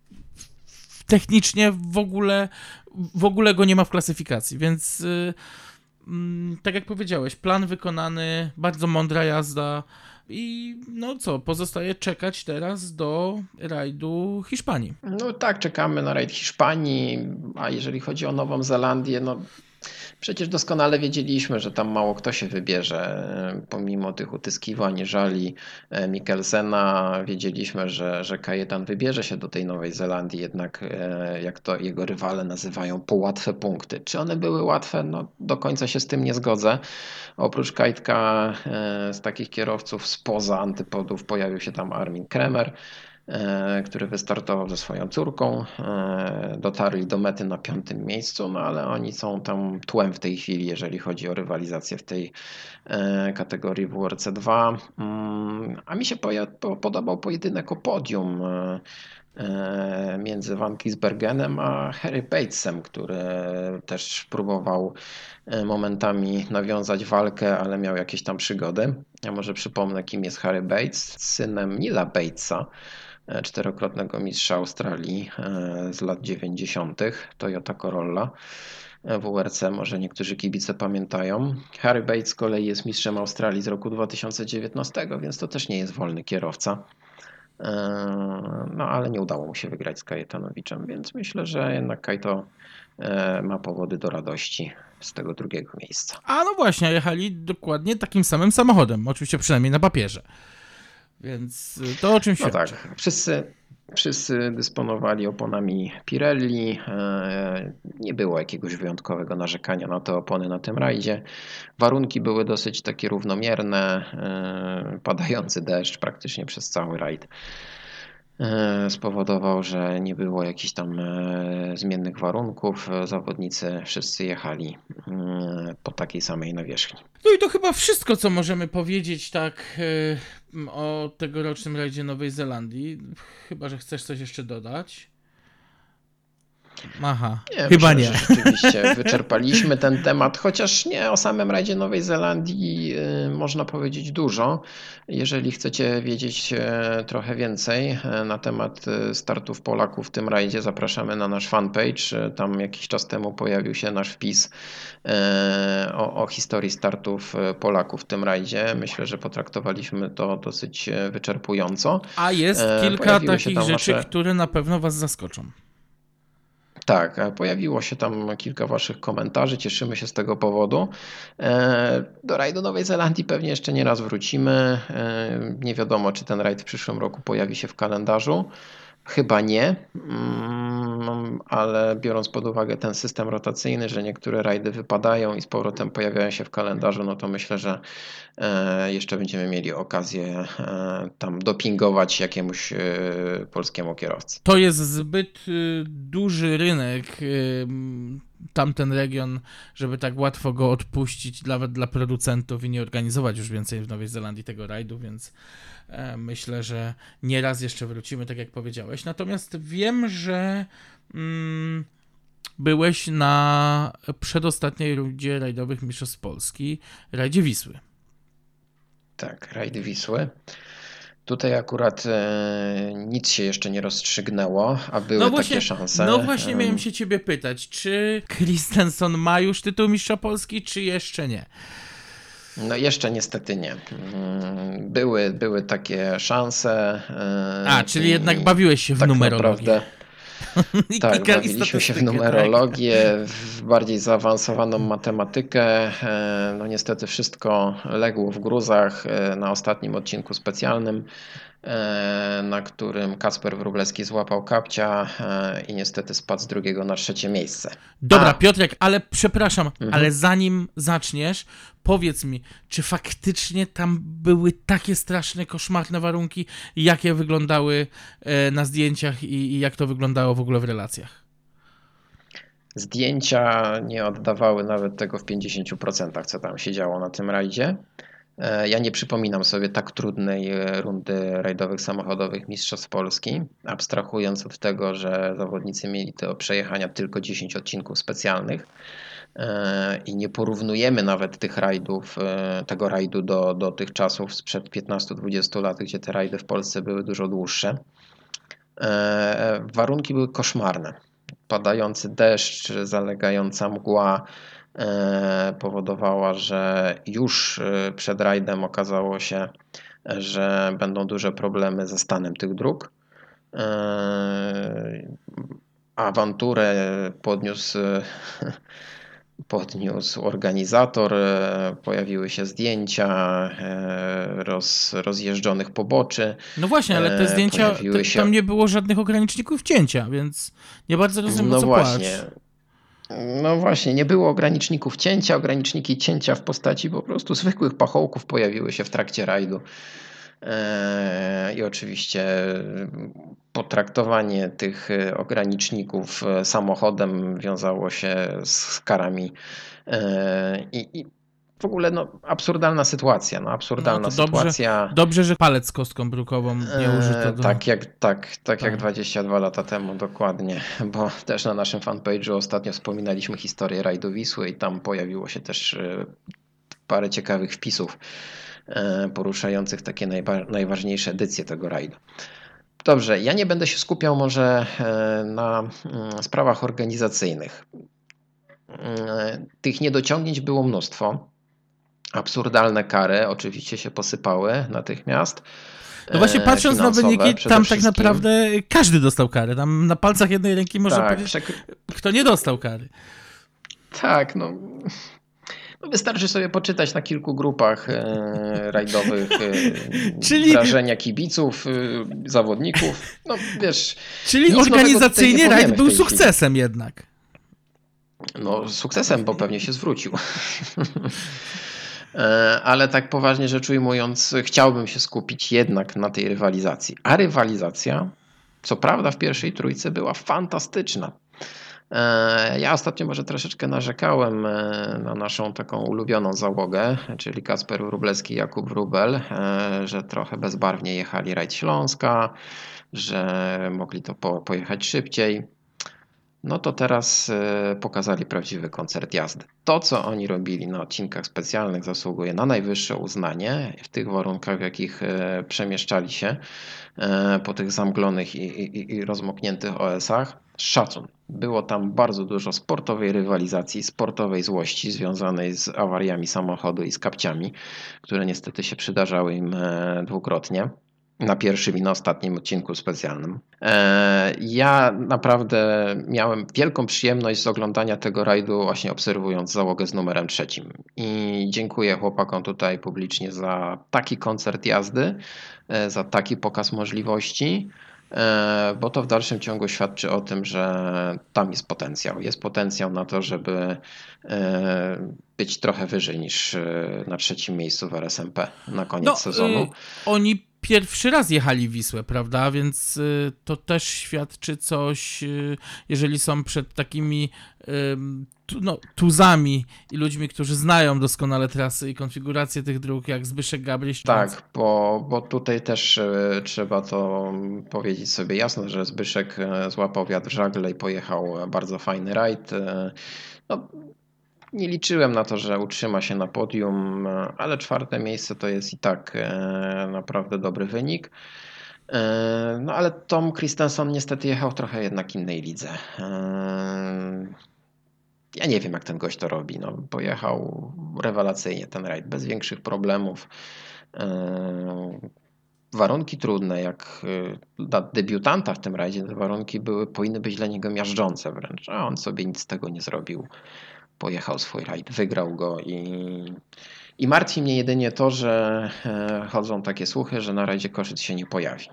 technicznie w ogóle, w ogóle go nie ma w klasyfikacji, więc yy, yy, tak jak powiedziałeś, plan wykonany, bardzo mądra jazda i no co, pozostaje czekać teraz do rajdu Hiszpanii. No tak, czekamy na rajd Hiszpanii, a jeżeli chodzi o Nową Zelandię, no przecież doskonale wiedzieliśmy, że tam mało kto się wybierze, pomimo tych utyskiwań, żali Mikkelsena, wiedzieliśmy, że, że Cayetan wybierze się do tej Nowej Zelandii, jednak jak to jego rywale nazywają, po łatwe punkty. Czy one były łatwe? No do końca się z tym nie zgodzę. Oprócz Kajtka z takich kierowców spoza antypodów pojawił się tam Armin Kremer, który wystartował ze swoją córką. Dotarli do mety na piątym miejscu, no ale oni są tam tłem w tej chwili, jeżeli chodzi o rywalizację w tej kategorii W R C dwa. A mi się podobał pojedynek o podium między Van Gisbergenem a Harry Batesem, który też próbował momentami nawiązać walkę, ale miał jakieś tam przygody. Ja może przypomnę, kim jest Harry Bates, synem Nila Batesa, czterokrotnego mistrza Australii z lat dziewięćdziesiątych, Toyota Corolla W R C, może niektórzy kibice pamiętają. Harry Bates z kolei jest mistrzem Australii z roku dwa tysiące dziewiętnastego, więc to też nie jest wolny kierowca. No ale nie udało mu się wygrać z Kajetanowiczem, więc myślę, że jednak Kajto ma powody do radości z tego drugiego miejsca. A no właśnie, jechali dokładnie takim samym samochodem, oczywiście przynajmniej na papierze. Więc to o czym świadczy. No tak, wszyscy, wszyscy dysponowali oponami Pirelli. Nie było jakiegoś wyjątkowego narzekania na te opony na tym rajdzie. Warunki były dosyć takie równomierne. Padający deszcz praktycznie przez cały rajd spowodował, że nie było jakichś tam zmiennych warunków. Zawodnicy wszyscy jechali po takiej samej nawierzchni. No i to chyba wszystko, co możemy powiedzieć tak o tegorocznym rajdzie Nowej Zelandii. Chyba że chcesz coś jeszcze dodać. Aha, nie, chyba myślę, nie. Że rzeczywiście wyczerpaliśmy ten temat, chociaż nie o samym rajdzie Nowej Zelandii można powiedzieć dużo. Jeżeli chcecie wiedzieć trochę więcej na temat startów Polaków w tym rajdzie, zapraszamy na nasz fanpage. Tam jakiś czas temu pojawił się nasz wpis o, o historii startów Polaków w tym rajdzie. Myślę, że potraktowaliśmy to dosyć wyczerpująco. A jest kilka Pojawiły takich rzeczy, nasze... które na pewno was zaskoczą. Tak, pojawiło się tam kilka waszych komentarzy, cieszymy się z tego powodu. Do rajdu Nowej Zelandii pewnie jeszcze nie raz wrócimy. Nie wiadomo, czy ten rajd w przyszłym roku pojawi się w kalendarzu. Chyba nie, ale biorąc pod uwagę ten system rotacyjny, że niektóre rajdy wypadają i z powrotem pojawiają się w kalendarzu, no to myślę, że jeszcze będziemy mieli okazję tam dopingować jakiemuś polskiemu kierowcy. To jest zbyt duży rynek, tamten region, żeby tak łatwo go odpuścić nawet dla producentów i nie organizować już więcej w Nowej Zelandii tego rajdu, więc myślę, że nieraz jeszcze wrócimy, tak jak powiedziałeś. Natomiast wiem, że mm, byłeś na przedostatniej rundzie rajdowych Mistrzostw Polski, rajdzie Wisły. Tak, rajd Wisły. Tutaj akurat e, nic się jeszcze nie rozstrzygnęło, a były no właśnie, takie szanse. No właśnie miałem się ciebie pytać, czy Christensen ma już tytuł mistrza Polski, czy jeszcze nie? No jeszcze niestety nie. Były, były takie szanse. A, czyli jednak bawiłeś się w tak numerologię. Naprawdę, I Tak, kilka i bawiliśmy się w statystykę, tak. numerologię, w bardziej zaawansowaną matematykę. E, No niestety wszystko legło w gruzach e, na ostatnim odcinku specjalnym, e, na którym Kacper Wróblewski złapał kapcia e, i niestety spadł z drugiego na trzecie miejsce. Dobra, A, Piotrek, ale przepraszam, mhm. ale zanim zaczniesz, powiedz mi, czy faktycznie tam były takie straszne, koszmarne warunki, jakie wyglądały e, na zdjęciach i, i jak to wyglądało w ogóle w relacjach? Zdjęcia nie oddawały nawet tego w pięćdziesięciu procentach, co tam się działo na tym rajdzie. E, Ja nie przypominam sobie tak trudnej e, rundy rajdowych samochodowych Mistrzostw Polski, abstrahując od tego, że zawodnicy mieli do przejechania tylko dziesięć odcinków specjalnych e, i nie porównujemy nawet tych rajdów, e, tego rajdu do, do tych czasów sprzed piętnastu dwudziestu lat, gdzie te rajdy w Polsce były dużo dłuższe. E, Warunki były koszmarne. Padający deszcz, zalegająca mgła e, powodowała, że już e, przed rajdem okazało się, że będą duże problemy ze stanem tych dróg. E, Awanturę podniósł, podniósł organizator, e, pojawiły się zdjęcia e, roz, rozjeżdżonych poboczy. No właśnie, ale te e, zdjęcia, te, Pojawiły się tam nie było żadnych ograniczników cięcia, więc nie bardzo rozumiem, o No co właśnie. płacz. No właśnie, nie było ograniczników cięcia. Ograniczniki cięcia w postaci po prostu zwykłych pachołków pojawiły się w trakcie rajdu. Eee, I oczywiście potraktowanie tych ograniczników samochodem wiązało się z karami. Eee, I, i w ogóle no, absurdalna sytuacja. No, No absurdalna to dobrze, sytuacja. dobrze, że palec z kostką brukową nie użyto Eee, do... Tak jak, tak, tak jak Tak. dwadzieścia dwa lata temu, dokładnie, bo też na naszym fanpage'u ostatnio wspominaliśmy historię rajdu Wisły i tam pojawiło się też e, parę ciekawych wpisów e, poruszających takie najwa- najważniejsze edycje tego rajdu. Dobrze, ja nie będę się skupiał może e, na mm, sprawach organizacyjnych. E, Tych niedociągnięć było mnóstwo. Absurdalne kary oczywiście się posypały natychmiast. No właśnie, E, patrząc na Finansowe wyniki, przede tam tak wszystkim. naprawdę każdy dostał karę. Tam na palcach jednej ręki można Tak, powiedzieć, przek- kto nie dostał kary. tak, no, no wystarczy sobie poczytać na kilku grupach e, rajdowych e, Czyli- wrażenia kibiców, e, zawodników. No wiesz, Czyli nic nowego tutaj nie organizacyjnie powiemy rajd w był tej chwili. sukcesem jednak. No sukcesem, bo pewnie się zwrócił. E, Ale tak poważnie rzecz ujmując, chciałbym się skupić jednak na tej rywalizacji. A rywalizacja, co prawda w pierwszej trójce była fantastyczna. E, Ja ostatnio może troszeczkę narzekałem e, na naszą taką ulubioną załogę, czyli Kacper Wróblewski i Jakub Wróbel, e, że trochę bezbarwnie jechali rajd Śląska, że mogli to po, pojechać szybciej. No to teraz e, pokazali prawdziwy koncert jazdy. To, co oni robili na odcinkach specjalnych, zasługuje na najwyższe uznanie w tych warunkach, w jakich e, przemieszczali się e, po tych zamglonych i, i, i rozmokniętych O S-ach. Szacun. Było tam bardzo dużo sportowej rywalizacji, sportowej złości związanej z awariami samochodu i z kapciami, które niestety się przydarzały im e, dwukrotnie. Na pierwszym i na ostatnim odcinku specjalnym. E, Ja naprawdę miałem wielką przyjemność z oglądania tego rajdu, właśnie obserwując załogę z numerem trzecim. I dziękuję chłopakom tutaj publicznie za taki koncert jazdy, e, za taki pokaz możliwości, e, bo to w dalszym ciągu świadczy o tym, że tam jest potencjał. Jest potencjał na to, żeby e, być trochę wyżej niż e, na trzecim miejscu w R S M P na koniec No, sezonu. y, oni pierwszy raz jechali Wisłę, prawda? Więc y, to też świadczy coś, y, jeżeli są przed takimi y, tu, no, tuzami i ludźmi, którzy znają doskonale trasy i konfigurację tych dróg, jak Zbyszek Gabryś. Więc... Tak, bo, bo tutaj też e, trzeba to powiedzieć sobie jasno, że Zbyszek e, złapał wiatr w żagle i pojechał bardzo fajny rajd. E, No, nie liczyłem na to, że utrzyma się na podium, e, ale czwarte miejsce to jest i tak e, naprawdę dobry wynik. E, No ale Tom Christensen niestety jechał w trochę jednak innej lidze. E, Ja nie wiem, jak ten gość to robi. No, pojechał rewelacyjnie ten rajd, bez większych problemów. E, warunki trudne, jak dla debiutanta w tym rajdzie, te warunki były, powinny być dla niego miażdżące wręcz, a on sobie nic z tego nie zrobił. Pojechał swój rajd, wygrał go i, i martwi mnie jedynie to, że chodzą takie słuchy, że na rajdzie Koszyc się nie pojawi.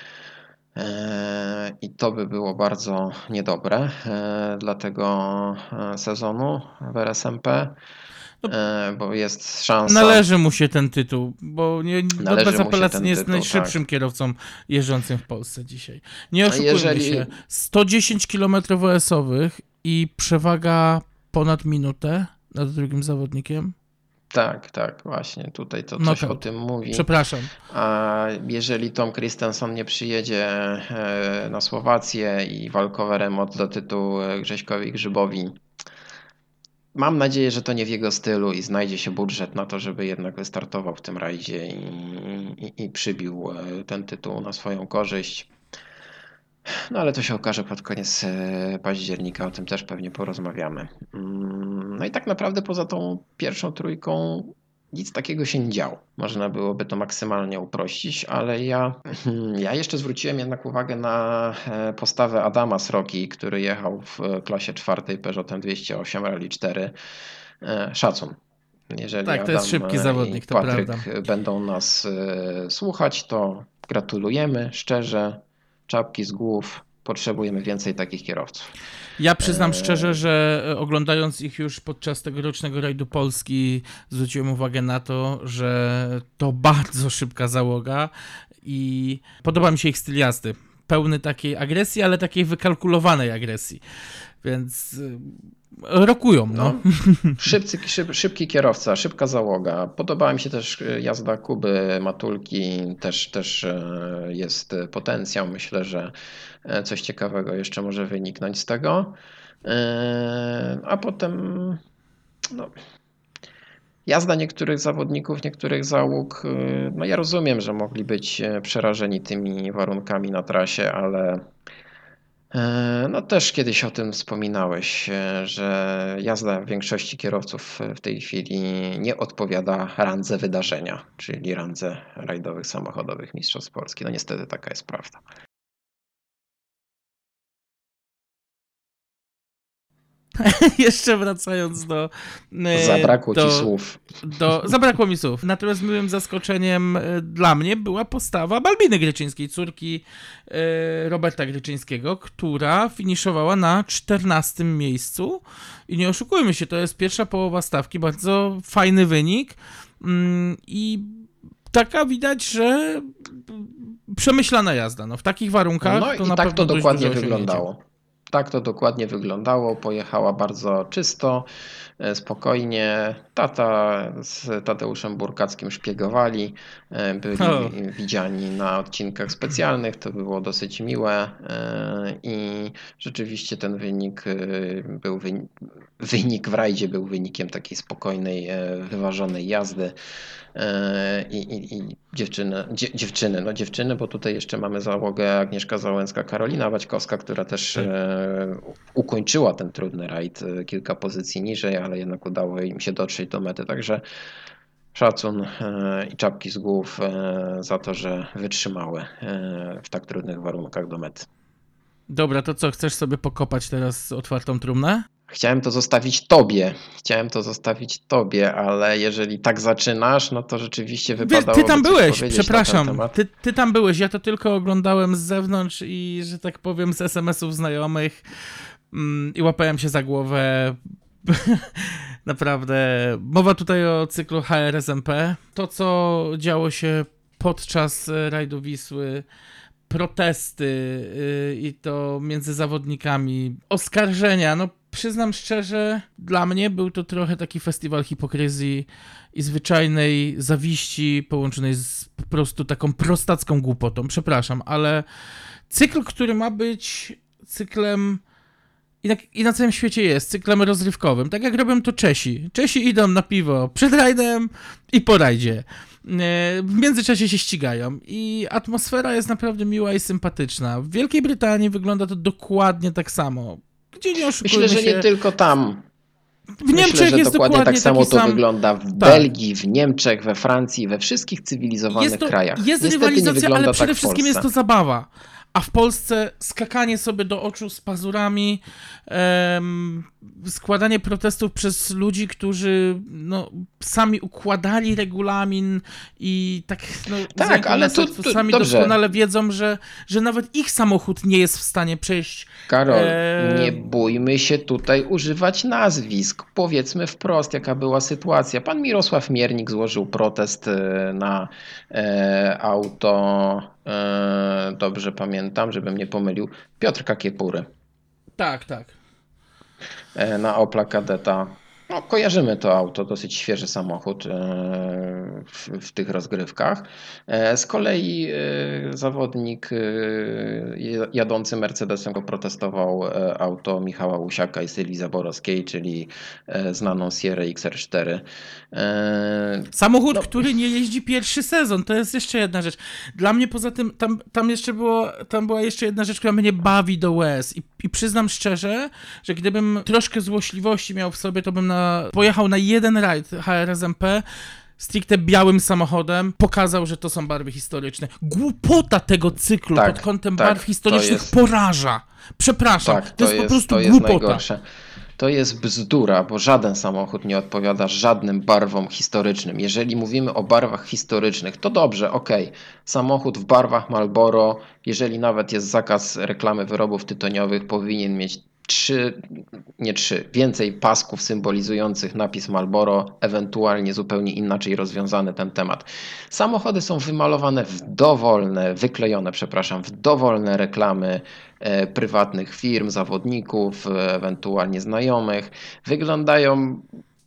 I to by było bardzo niedobre dla tego sezonu w R S M P, no, bo jest szansa... Należy mu się ten tytuł, bo nie, no bez apelacji nie jest tytuł, najszybszym tak. kierowcą jeżdżącym w Polsce dzisiaj. Nie oszukujmy Jeżeli... się, sto dziesięć kilometrów O S-owych i przewaga ponad minutę nad drugim zawodnikiem. Tak, tak, właśnie. Tutaj to coś no o tym mówi. Przepraszam. A jeżeli Tom Kristensen nie przyjedzie na Słowację i walkowe remont do tytułu Grześkowi Grzybowi, mam nadzieję, że to nie w jego stylu i znajdzie się budżet na to, żeby jednak wystartował w tym rajdzie i, i, i przybił ten tytuł na swoją korzyść. No ale to się okaże pod koniec października, o tym też pewnie porozmawiamy. No i tak naprawdę poza tą pierwszą trójką nic takiego się nie działo. Można byłoby to maksymalnie uprościć, ale ja, ja jeszcze zwróciłem jednak uwagę na postawę Adama Sroki, który jechał w klasie czwartej Peugeotem dwieście osiem Rally cztery. Szacun. Jeżeli tak, to Adam jest szybki zawodnik, i to Patryk prawda. będą nas słuchać, to gratulujemy szczerze. Czapki z głów. Potrzebujemy więcej takich kierowców. Ja przyznam szczerze, że oglądając ich już podczas tegorocznego rajdu Polski zwróciłem uwagę na to, że to bardzo szybka załoga i podoba mi się ich styl jazdy. Pełny takiej agresji, ale takiej wykalkulowanej agresji. Więc rokują, no. no szybcy, szyb, szybki kierowca, szybka załoga. Podobała mi się też jazda Kuby Matulki, też, też jest potencjał. Myślę, że coś ciekawego jeszcze może wyniknąć z tego. A potem no, jazda niektórych zawodników, niektórych załóg. No ja rozumiem, że mogli być przerażeni tymi warunkami na trasie, ale no też kiedyś o tym wspominałeś, że jazda większości kierowców w tej chwili nie odpowiada randze wydarzenia, czyli randze rajdowych, samochodowych mistrzostw Polski. No niestety taka jest prawda. Jeszcze wracając do... Zabrakło do, ci słów. Do, zabrakło mi słów. Natomiast miłym zaskoczeniem dla mnie była postawa Balbiny Gryczyńskiej, córki Roberta Gryczyńskiego, która finiszowała na czternastym miejscu. I nie oszukujmy się, to jest pierwsza połowa stawki, bardzo fajny wynik. I taka widać, że przemyślana jazda. No, w takich warunkach no to i na tak pewno to dokładnie dość wyglądało. Tak to dokładnie wyglądało. Pojechała bardzo czysto, spokojnie. Tata z Tadeuszem Burkackim szpiegowali. Byli o. widziani na odcinkach specjalnych. To było dosyć miłe. I rzeczywiście ten wynik był wynik, wynik w rajdzie był wynikiem takiej spokojnej, wyważonej jazdy. I, i, i dziewczyny, dzie, dziewczyny, no dziewczyny, bo tutaj jeszcze mamy załogę Agnieszka Załęcka, Karolina Waćkowska, która też tak. e, ukończyła ten trudny rajd kilka pozycji niżej, ale jednak udało im się dotrzeć do mety, także szacun e, i czapki z głów e, za to, że wytrzymały e, w tak trudnych warunkach do mety. Dobra, to co, chcesz sobie pokopać teraz otwartą trumnę? Chciałem to zostawić tobie, chciałem to zostawić tobie, ale jeżeli tak zaczynasz, no to rzeczywiście wypadało. Ty tam byłeś, przepraszam, ty, ty tam byłeś, ja to tylko oglądałem z zewnątrz i, że tak powiem, z es em esów znajomych mm, i łapałem się za głowę. Naprawdę, mowa tutaj o cyklu H R S M P. To, co działo się podczas rajdu Wisły, protesty yy, i to między zawodnikami, oskarżenia, no przyznam szczerze, dla mnie był to trochę taki festiwal hipokryzji i zwyczajnej zawiści połączonej z po prostu taką prostacką głupotą, przepraszam, ale cykl, który ma być cyklem i na, i na całym świecie jest, cyklem rozrywkowym, tak jak robią to Czesi. Czesi idą na piwo przed rajdem i po rajdzie. W międzyczasie się ścigają i atmosfera jest naprawdę miła i sympatyczna. W Wielkiej Brytanii wygląda to dokładnie tak samo. Gdzie nie oszukujmy Myślę, że się. nie tylko tam. W Myślę, Niemczech że jest dokładnie tak samo taki to sam... wygląda w Tak. Belgii, w Niemczech, we Francji, we wszystkich cywilizowanych Jest, to, krajach. jest Niestety nie rywalizacja, wygląda ale przede tak w wszystkim Polsce. jest to zabawa. A w Polsce skakanie sobie do oczu z pazurami, em, składanie protestów przez ludzi, którzy no, sami układali regulamin i tak, no, Tak, z ręką ale na to- sercu to sami dobrze. doskonale wiedzą, że, że nawet ich samochód nie jest w stanie przejść. Karol, e, nie bójmy się tutaj używać nazwisk. Powiedzmy wprost, jaka była sytuacja. Pan Mirosław Miernik złożył protest e, na e, auto, e, dobrze pamiętam, żebym nie pomylił, Piotrka Kiepury, Tak, tak. e, na Opla Kadeta. No, kojarzymy to auto, dosyć świeży samochód e, w, w tych rozgrywkach. E, Z kolei e, zawodnik e, jadący Mercedesem protestował e, auto Michała Łusiaka i Sylwii Zaborowskiej, czyli e, znaną Sierra X R cztery. E, Samochód, No. który nie jeździ pierwszy sezon, to jest jeszcze jedna rzecz. Dla mnie poza tym, tam, tam jeszcze było, tam była jeszcze jedna rzecz, która mnie bawi do łez i, i przyznam szczerze, że gdybym troszkę złośliwości miał w sobie, to bym na, pojechał na jeden rajd H R S M P stricte białym samochodem, pokazał, że to są barwy historyczne. Głupota tego cyklu Tak, pod kątem tak, barw to historycznych jest- poraża. Przepraszam, Tak, to, jest po prostu to jest głupota. najgorsze. To jest bzdura, bo żaden samochód nie odpowiada żadnym barwom historycznym. Jeżeli mówimy o barwach historycznych, to dobrze, okej. Samochód w barwach Marlboro, jeżeli nawet jest zakaz reklamy wyrobów tytoniowych, powinien mieć trzy, nie trzy, więcej pasków symbolizujących napis Marlboro, ewentualnie zupełnie inaczej rozwiązany ten temat. Samochody są wymalowane w dowolne, wyklejone, przepraszam, w dowolne reklamy e, prywatnych firm, zawodników, e, ewentualnie znajomych. Wyglądają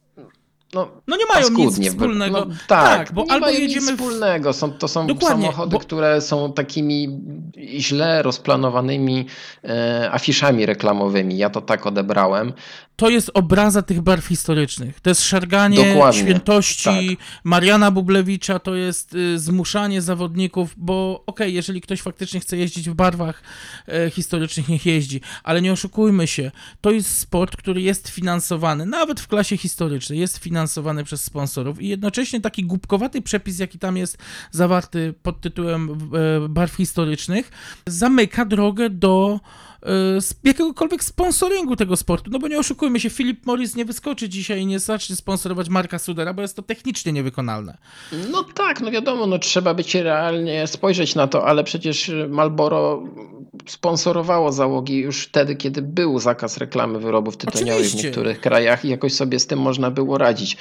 no, No nie mają nic paskudnie. wspólnego. No, tak, Tak, bo nie albo mają jedziemy nic w- wspólnego. Są, to są Dokładnie, samochody, bo- które są takimi źle rozplanowanymi e, afiszami reklamowymi. Ja to tak odebrałem. To jest obraza tych barw historycznych. To jest szarganie Dokładnie, świętości tak. Mariana Bublewicza, to jest y, zmuszanie zawodników, bo okej, jeżeli ktoś faktycznie chce jeździć w barwach e, historycznych, niech jeździ, ale nie oszukujmy się, to jest sport, który jest finansowany, nawet w klasie historycznej, jest finansowany przez sponsorów i jednocześnie taki głupkowaty przepis, jaki tam jest zawarty pod tytułem e, barw historycznych, zamyka drogę do z jakiegokolwiek sponsoringu tego sportu, no bo nie oszukujmy się, Philip Morris nie wyskoczy dzisiaj i nie zacznie sponsorować Marka Sudera, bo jest to technicznie niewykonalne. No tak, no wiadomo, no trzeba być realnie spojrzeć na to, ale przecież Marlboro sponsorowało załogi już wtedy, kiedy był zakaz reklamy wyrobów tytoniowych Oczywiście. w niektórych krajach i jakoś sobie z tym można było radzić.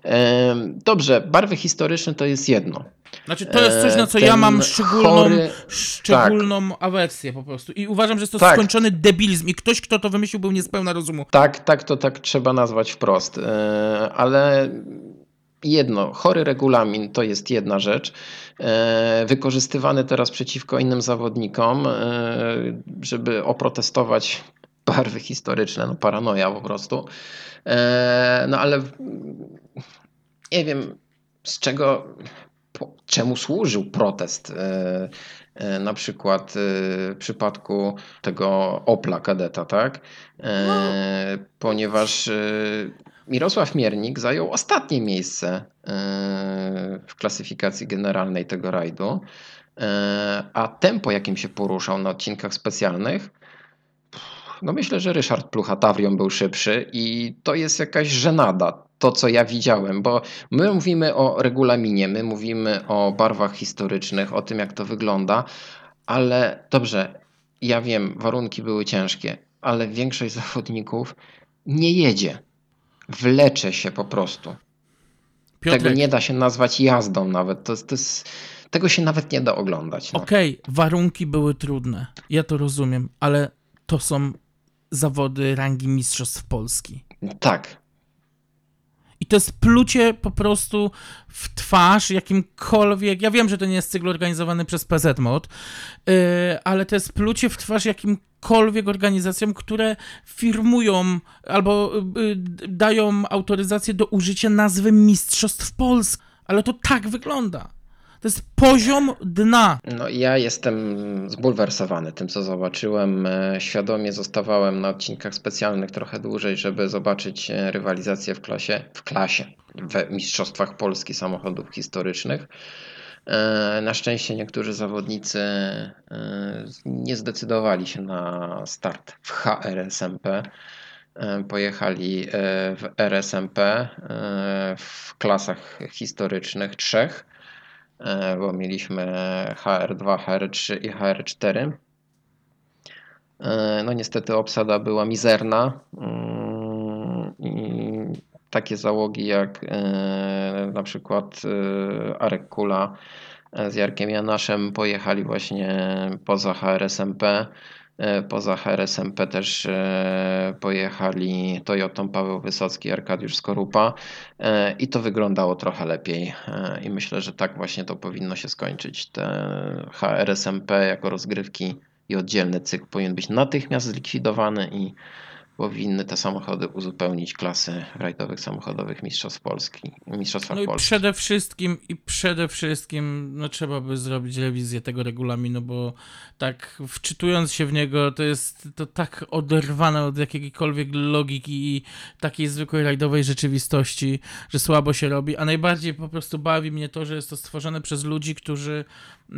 Em, Dobrze, barwy historyczne to jest jedno. Znaczy, to jest coś, na co Ten ja mam szczególną, chory- szczególną awersję po prostu i uważam, że jest to Tak. skończony debilizm i ktoś, kto to wymyślił, był niespełna rozumu. Tak, tak, to tak trzeba nazwać wprost. E, Ale jedno, chory regulamin to jest jedna rzecz, e, wykorzystywany teraz przeciwko innym zawodnikom, e, żeby oprotestować barwy historyczne, no paranoja po prostu. E, No ale w- nie wiem z czego, po, czemu służył protest. e, e, Na przykład e, w przypadku tego Opla Kadeta, tak? E, Ponieważ e, Mirosław Miernik zajął ostatnie miejsce e, w klasyfikacji generalnej tego rajdu, e, a tempo, jakim się poruszał na odcinkach specjalnych, no myślę, że Ryszard Plucha-Tavrion był szybszy i to jest jakaś żenada, to co ja widziałem, bo my mówimy o regulaminie, my mówimy o barwach historycznych, o tym jak to wygląda, ale dobrze, ja wiem, warunki były ciężkie, ale większość zawodników nie jedzie, wlecze się po prostu. Tego Piotrek, nie da się nazwać jazdą nawet, to, to jest, tego się nawet nie da oglądać. No. okej, warunki były trudne, ja to rozumiem, ale to są zawody rangi Mistrzostw Polski. Tak. I to jest plucie po prostu w twarz jakimkolwiek, ja wiem, że to nie jest cykl organizowany przez P Z Mod, yy, ale to jest plucie w twarz jakimkolwiek organizacjom, które firmują albo yy, dają autoryzację do użycia nazwy Mistrzostw Polski. Ale to tak wygląda. To jest poziom dna. No ja jestem zbulwersowany tym, co zobaczyłem. E, Świadomie zostawałem na odcinkach specjalnych trochę dłużej, żeby zobaczyć e, rywalizację w klasie, w klasie, w Mistrzostwach Polski samochodów historycznych. E, Na szczęście niektórzy zawodnicy e, nie zdecydowali się na start w H R S M P. E, Pojechali e, w R S M P e, w klasach historycznych trzech, e, bo mieliśmy H R dwa, H R trzy i H R cztery. E, No niestety obsada była mizerna. Mm, I takie załogi jak e, na przykład e, Arek Kula e, z Jarkiem Janaszem pojechali właśnie poza H R S M P. E, Poza H R S M P też e, pojechali Toyotą Paweł Wysocki, Arkadiusz Skorupa e, i to wyglądało trochę lepiej e, i myślę, że tak właśnie to powinno się skończyć. Te H R S M P jako rozgrywki i oddzielny cykl powinien być natychmiast zlikwidowany i powinny te samochody uzupełnić klasy rajdowych samochodowych Mistrzostw Polski, Mistrzostwach No i Polski. przede wszystkim, i przede wszystkim, no trzeba by zrobić rewizję tego regulaminu, bo tak wczytując się w niego, to jest to tak oderwane od jakiejkolwiek logiki i takiej zwykłej rajdowej rzeczywistości, że słabo się robi, a najbardziej po prostu bawi mnie to, że jest to stworzone przez ludzi, którzy y,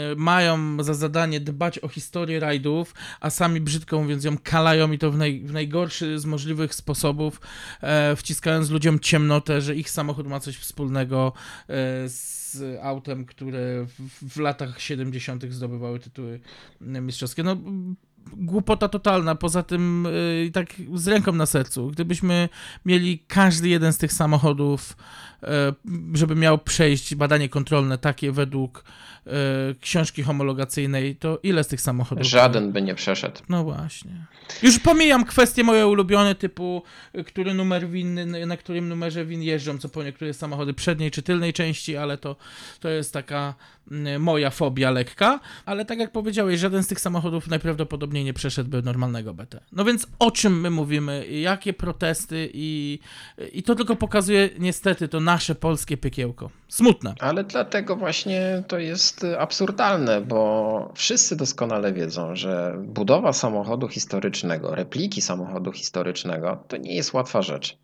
mają za zadanie dbać o historię rajdów, a sami brzydko mówiąc ją kalają i to w, naj, w najgorszy z możliwych sposobów, e, wciskając ludziom ciemnotę, że ich samochód ma coś wspólnego e, z autem, które w, w latach siedemdziesiątych zdobywały tytuły mistrzowskie. No głupota totalna, poza tym yy, tak z ręką na sercu. Gdybyśmy mieli każdy jeden z tych samochodów, yy, żeby miał przejść badanie kontrolne takie według yy, książki homologacyjnej, to ile z tych samochodów? Żaden by nie przeszedł. No właśnie. Już pomijam kwestie moje ulubione, typu który numer win, na którym numerze win jeżdżą, co po niektóre samochody przedniej czy tylnej części, ale to, to jest taka moja fobia lekka, ale tak jak powiedziałeś, żaden z tych samochodów najprawdopodobniej nie przeszedłby normalnego B T. No więc o czym my mówimy, jakie protesty i, i to tylko pokazuje niestety to nasze polskie piekiełko. Smutne. Ale dlatego właśnie to jest absurdalne, bo wszyscy doskonale wiedzą, że budowa samochodu historycznego, repliki samochodu historycznego, to nie jest łatwa rzecz.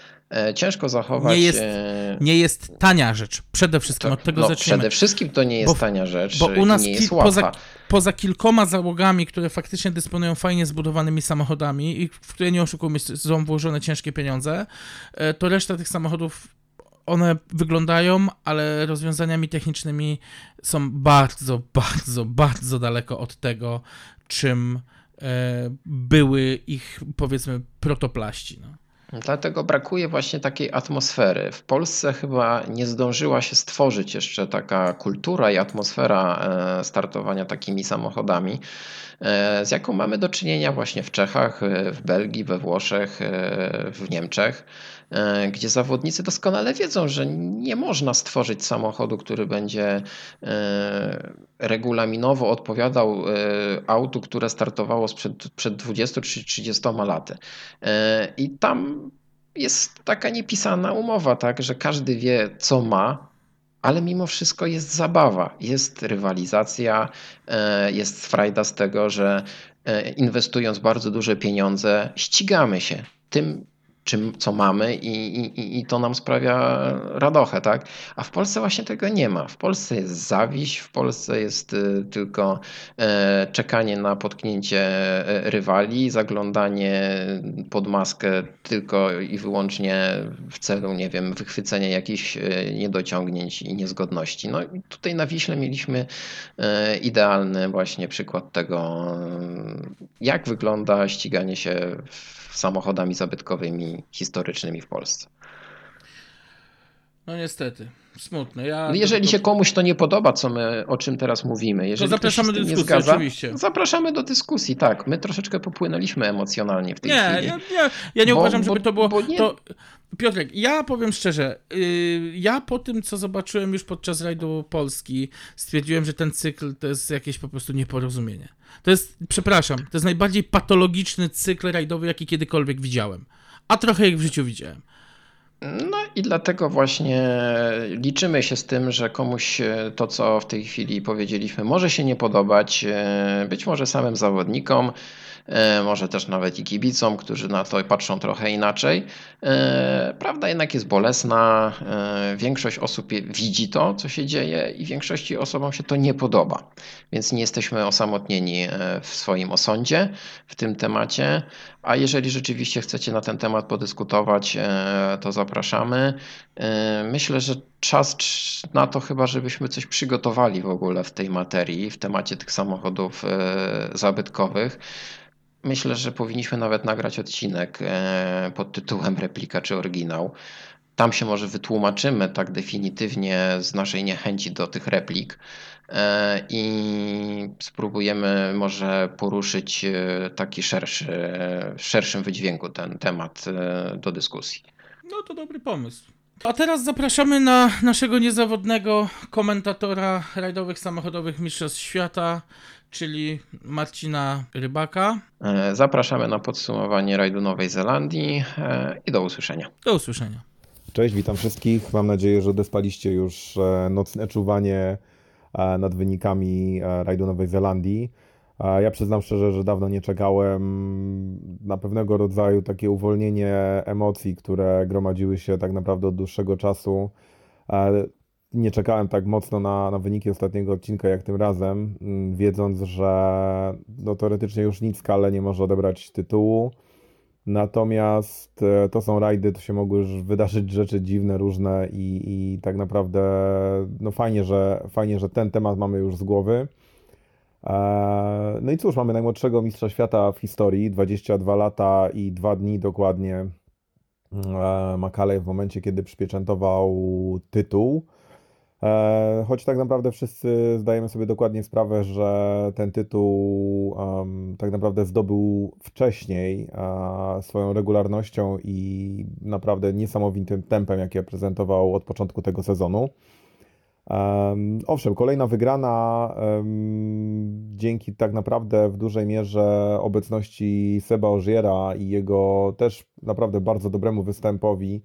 Ciężko zachować... Nie jest, nie jest tania rzecz. Przede wszystkim to, od tego no, zaczniemy. Przede wszystkim to nie jest bo, tania rzecz bo u nas i nie jest ki- łatwa. Poza, poza kilkoma załogami, które faktycznie dysponują fajnie zbudowanymi samochodami i w które, nie oszukujmy się, są włożone ciężkie pieniądze, to reszta tych samochodów, one wyglądają, ale rozwiązaniami technicznymi są bardzo, bardzo, bardzo daleko od tego, czym e, były ich, powiedzmy, protoplaści. No. Dlatego brakuje właśnie takiej atmosfery. W Polsce chyba nie zdążyła się stworzyć jeszcze taka kultura i atmosfera startowania takimi samochodami, z jaką mamy do czynienia właśnie w Czechach, w Belgii, we Włoszech, w Niemczech, gdzie zawodnicy doskonale wiedzą, że nie można stworzyć samochodu, który będzie regulaminowo odpowiadał autu, które startowało sprzed, przed dwudziestoma czy trzydziestoma laty. I tam jest taka niepisana umowa, tak, że każdy wie, co ma, ale mimo wszystko jest zabawa, jest rywalizacja, jest frajda z tego, że inwestując bardzo duże pieniądze, ścigamy się tym, czym, co mamy i, i, i to nam sprawia radochę, tak? A w Polsce właśnie tego nie ma. W Polsce jest zawiść, w Polsce jest tylko czekanie na potknięcie rywali, zaglądanie pod maskę tylko i wyłącznie w celu, nie wiem, wychwycenia jakichś niedociągnięć i niezgodności. No i tutaj na Wiśle mieliśmy idealny właśnie przykład tego, jak wygląda ściganie się w samochodami zabytkowymi, historycznymi w Polsce. No niestety, smutne. Ja jeżeli to... się komuś to nie podoba, co my, o czym teraz mówimy, jeżeli to zapraszamy ktoś się z tym do dyskusji, nie zgadza, oczywiście. Zapraszamy do dyskusji, tak. My troszeczkę popłynęliśmy emocjonalnie w tej nie, chwili. Nie, ja, ja nie bo, uważam, żeby bo, to było... Bo nie... to... Piotrek, ja powiem szczerze, yy, ja po tym, co zobaczyłem już podczas rajdu Polski, stwierdziłem, że ten cykl to jest jakieś po prostu nieporozumienie. To jest, przepraszam, to jest najbardziej patologiczny cykl rajdowy, jaki kiedykolwiek widziałem. A trochę ich w życiu widziałem. No i dlatego właśnie liczymy się z tym, że komuś to, co w tej chwili powiedzieliśmy, może się nie podobać, e, być może samym zawodnikom, e, może też nawet i kibicom, którzy na to patrzą trochę inaczej. E, Prawda jednak jest bolesna. e, Większość osób je- widzi to, co się dzieje i większości osobom się to nie podoba. Więc nie jesteśmy osamotnieni e, w swoim osądzie w tym temacie. A jeżeli rzeczywiście chcecie na ten temat podyskutować, e, to zapraszamy. E, Myślę, że czas cz- na to chyba, żebyśmy coś przygotowali w ogóle w tej materii, w temacie tych samochodów e, zabytkowych. Myślę, że powinniśmy nawet nagrać odcinek e, pod tytułem Replika czy oryginał. Tam się może wytłumaczymy tak definitywnie z naszej niechęci do tych replik e, i spróbujemy może poruszyć e, taki szerszy, w szerszym wydźwięku ten temat e, do dyskusji. No to dobry pomysł. A teraz zapraszamy na naszego niezawodnego komentatora rajdowych samochodowych Mistrzostw Świata, czyli Marcina Rybaka. E, Zapraszamy na podsumowanie rajdu Nowej Zelandii e, i do usłyszenia. Do usłyszenia. Cześć, witam wszystkich. Mam nadzieję, że odespaliście już e, nocne czuwanie e, nad wynikami e, rajdu Nowej Zelandii. E, Ja przyznam szczerze, że dawno nie czekałem na pewnego rodzaju takie uwolnienie emocji, które gromadziły się tak naprawdę od dłuższego czasu. E, Nie czekałem tak mocno na, na wyniki ostatniego odcinka jak tym razem, m, wiedząc, że no, teoretycznie już nic Kale nie może odebrać tytułu. Natomiast e, to są rajdy, to się mogły już wydarzyć rzeczy dziwne, różne i, i tak naprawdę no fajnie, że, fajnie, że ten temat mamy już z głowy. E, No i cóż, mamy najmłodszego mistrza świata w historii, dwadzieścia dwa lata i dwa dni dokładnie. e, Macaulay w momencie, kiedy przypieczętował tytuł. E, Choć tak naprawdę wszyscy zdajemy sobie dokładnie sprawę, że ten tytuł em, tak naprawdę zdobył wcześniej e, swoją regularnością i naprawdę niesamowitym tempem, jakie prezentował od początku tego sezonu. Em, Owszem, kolejna wygrana em, dzięki tak naprawdę w dużej mierze obecności Seba Ogiera i jego też naprawdę bardzo dobremu występowi,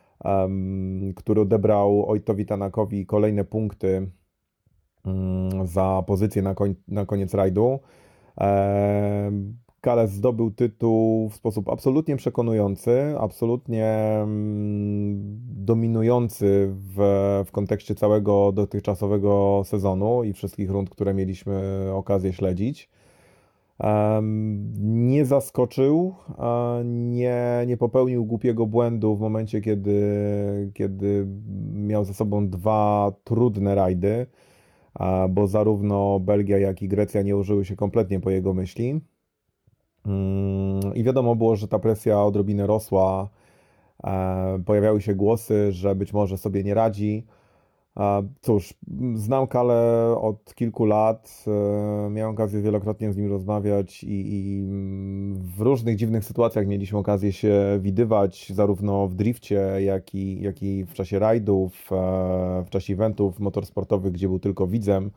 em, który odebrał Ojtowi Tanakowi kolejne punkty mm, za pozycję na, koń, na koniec rajdu. Em, Kales zdobył tytuł w sposób absolutnie przekonujący, absolutnie mm, dominujący w, w kontekście całego dotychczasowego sezonu i wszystkich rund, które mieliśmy okazję śledzić. Em, Nie zaskoczył, a nie, nie popełnił głupiego błędu w momencie, kiedy, kiedy miał ze sobą dwa trudne rajdy, a, bo zarówno Belgia, jak i Grecja nie użyły się kompletnie po jego myśli. Mm, I wiadomo było, że ta presja odrobinę rosła. E, Pojawiały się głosy, że być może sobie nie radzi. A cóż, znam Kalę od kilku lat, e, miałem okazję wielokrotnie z nim rozmawiać i, i w różnych dziwnych sytuacjach mieliśmy okazję się widywać, zarówno w drifcie, jak i, jak i w czasie rajdów, e, w czasie eventów motorsportowych, gdzie był tylko widzem.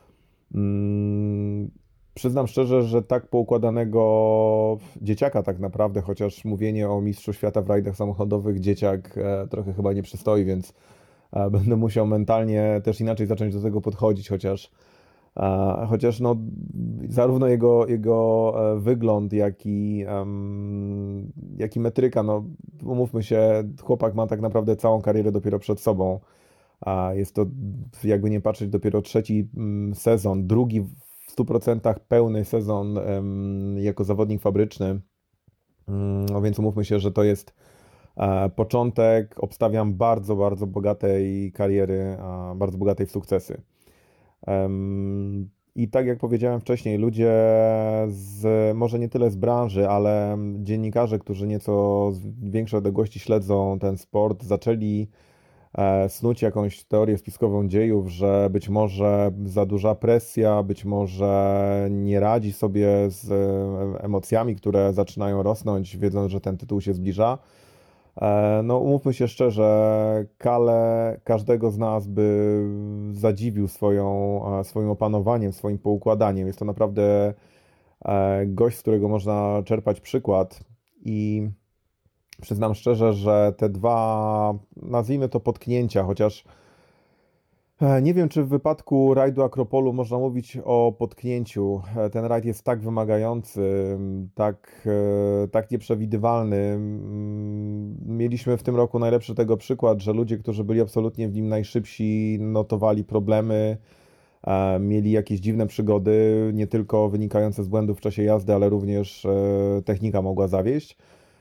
Mm, Przyznam szczerze, że tak poukładanego dzieciaka tak naprawdę, chociaż mówienie o mistrzu świata w rajdach samochodowych dzieciak e, trochę chyba nie przystoi, więc e, będę musiał mentalnie też inaczej zacząć do tego podchodzić, chociaż, e, chociaż no, zarówno jego, jego e, wygląd, jak i, em, jak i metryka, no umówmy się, chłopak ma tak naprawdę całą karierę dopiero przed sobą. A jest to, jakby nie patrzeć, dopiero trzeci mm, sezon, drugi w stu procentach pełny sezon em, jako zawodnik fabryczny. Mm, No więc umówmy się, że to jest e, początek, obstawiam, bardzo, bardzo bogatej kariery, a bardzo bogatej w sukcesy. Em, I tak jak powiedziałem wcześniej, ludzie z, może nie tyle z branży, ale dziennikarze, którzy nieco z większej odległości śledzą ten sport, zaczęli e, snuć jakąś teorię spiskową dziejów, że być może za duża presja, być może nie radzi sobie z e, emocjami, które zaczynają rosnąć, wiedząc, że ten tytuł się zbliża. E, No, umówmy się szczerze, Kale każdego z nas by zadziwił swoją, e, swoim opanowaniem, swoim poukładaniem. Jest to naprawdę e, gość, z którego można czerpać przykład i Przyznam szczerze, że te dwa, nazwijmy to potknięcia, chociaż e, nie wiem, czy w wypadku rajdu Akropolu można mówić o potknięciu. E, Ten rajd jest tak wymagający, m, tak, e, tak nieprzewidywalny. Mm, Mieliśmy w tym roku najlepszy tego przykład, że ludzie, którzy byli absolutnie w nim najszybsi, notowali problemy, e, mieli jakieś dziwne przygody, nie tylko wynikające z błędów w czasie jazdy, ale również e, technika mogła zawieść.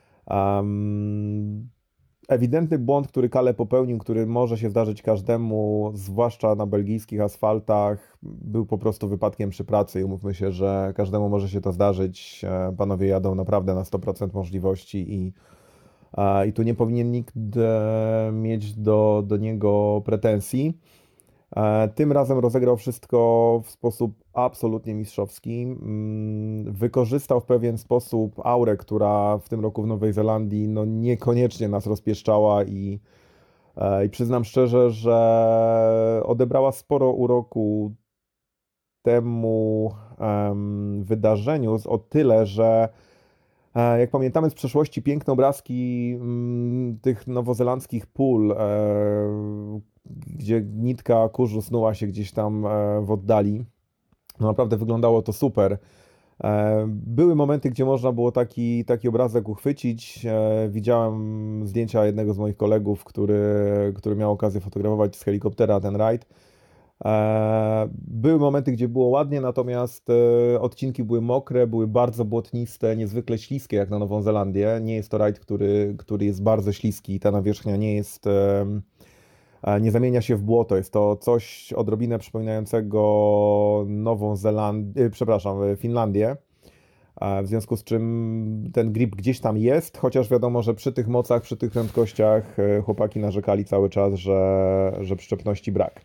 Am, Ewidentny błąd, który Kale popełnił, który może się zdarzyć każdemu, zwłaszcza na belgijskich asfaltach, był po prostu wypadkiem przy pracy i umówmy się, że każdemu może się to zdarzyć. E, Panowie jadą naprawdę na sto procent możliwości i, e, i tu nie powinien nikt e, mieć do, do niego pretensji. E, Tym razem rozegrał wszystko w sposób absolutnie mistrzowski. Mm, Wykorzystał w pewien sposób aurę, która w tym roku w Nowej Zelandii no niekoniecznie nas rozpieszczała i, e, i przyznam szczerze, że odebrała sporo uroku temu em, wydarzeniu, z- o tyle, że e, jak pamiętamy z przeszłości piękne obrazki mm, tych nowozelandzkich pól, e, gdzie nitka kurzu snuła się gdzieś tam e, w oddali. No naprawdę wyglądało to super. E, Były momenty, gdzie można było taki, taki obrazek uchwycić. E, Widziałem zdjęcia jednego z moich kolegów, który, który miał okazję fotografować z helikoptera ten rajd. E, Były momenty, gdzie było ładnie, natomiast e, odcinki były mokre, były bardzo błotniste, niezwykle śliskie jak na Nową Zelandię. Nie jest to rajd, który, który jest bardzo śliski. Ta nawierzchnia nie jest, em, e, nie zamienia się w błoto. Jest to coś odrobinę przypominającego Nową Zelandię, przepraszam, Finlandię. E, W związku z czym ten grip gdzieś tam jest, chociaż wiadomo, że przy tych mocach, przy tych prędkościach e, chłopaki narzekali cały czas, że, że przyczepności brak.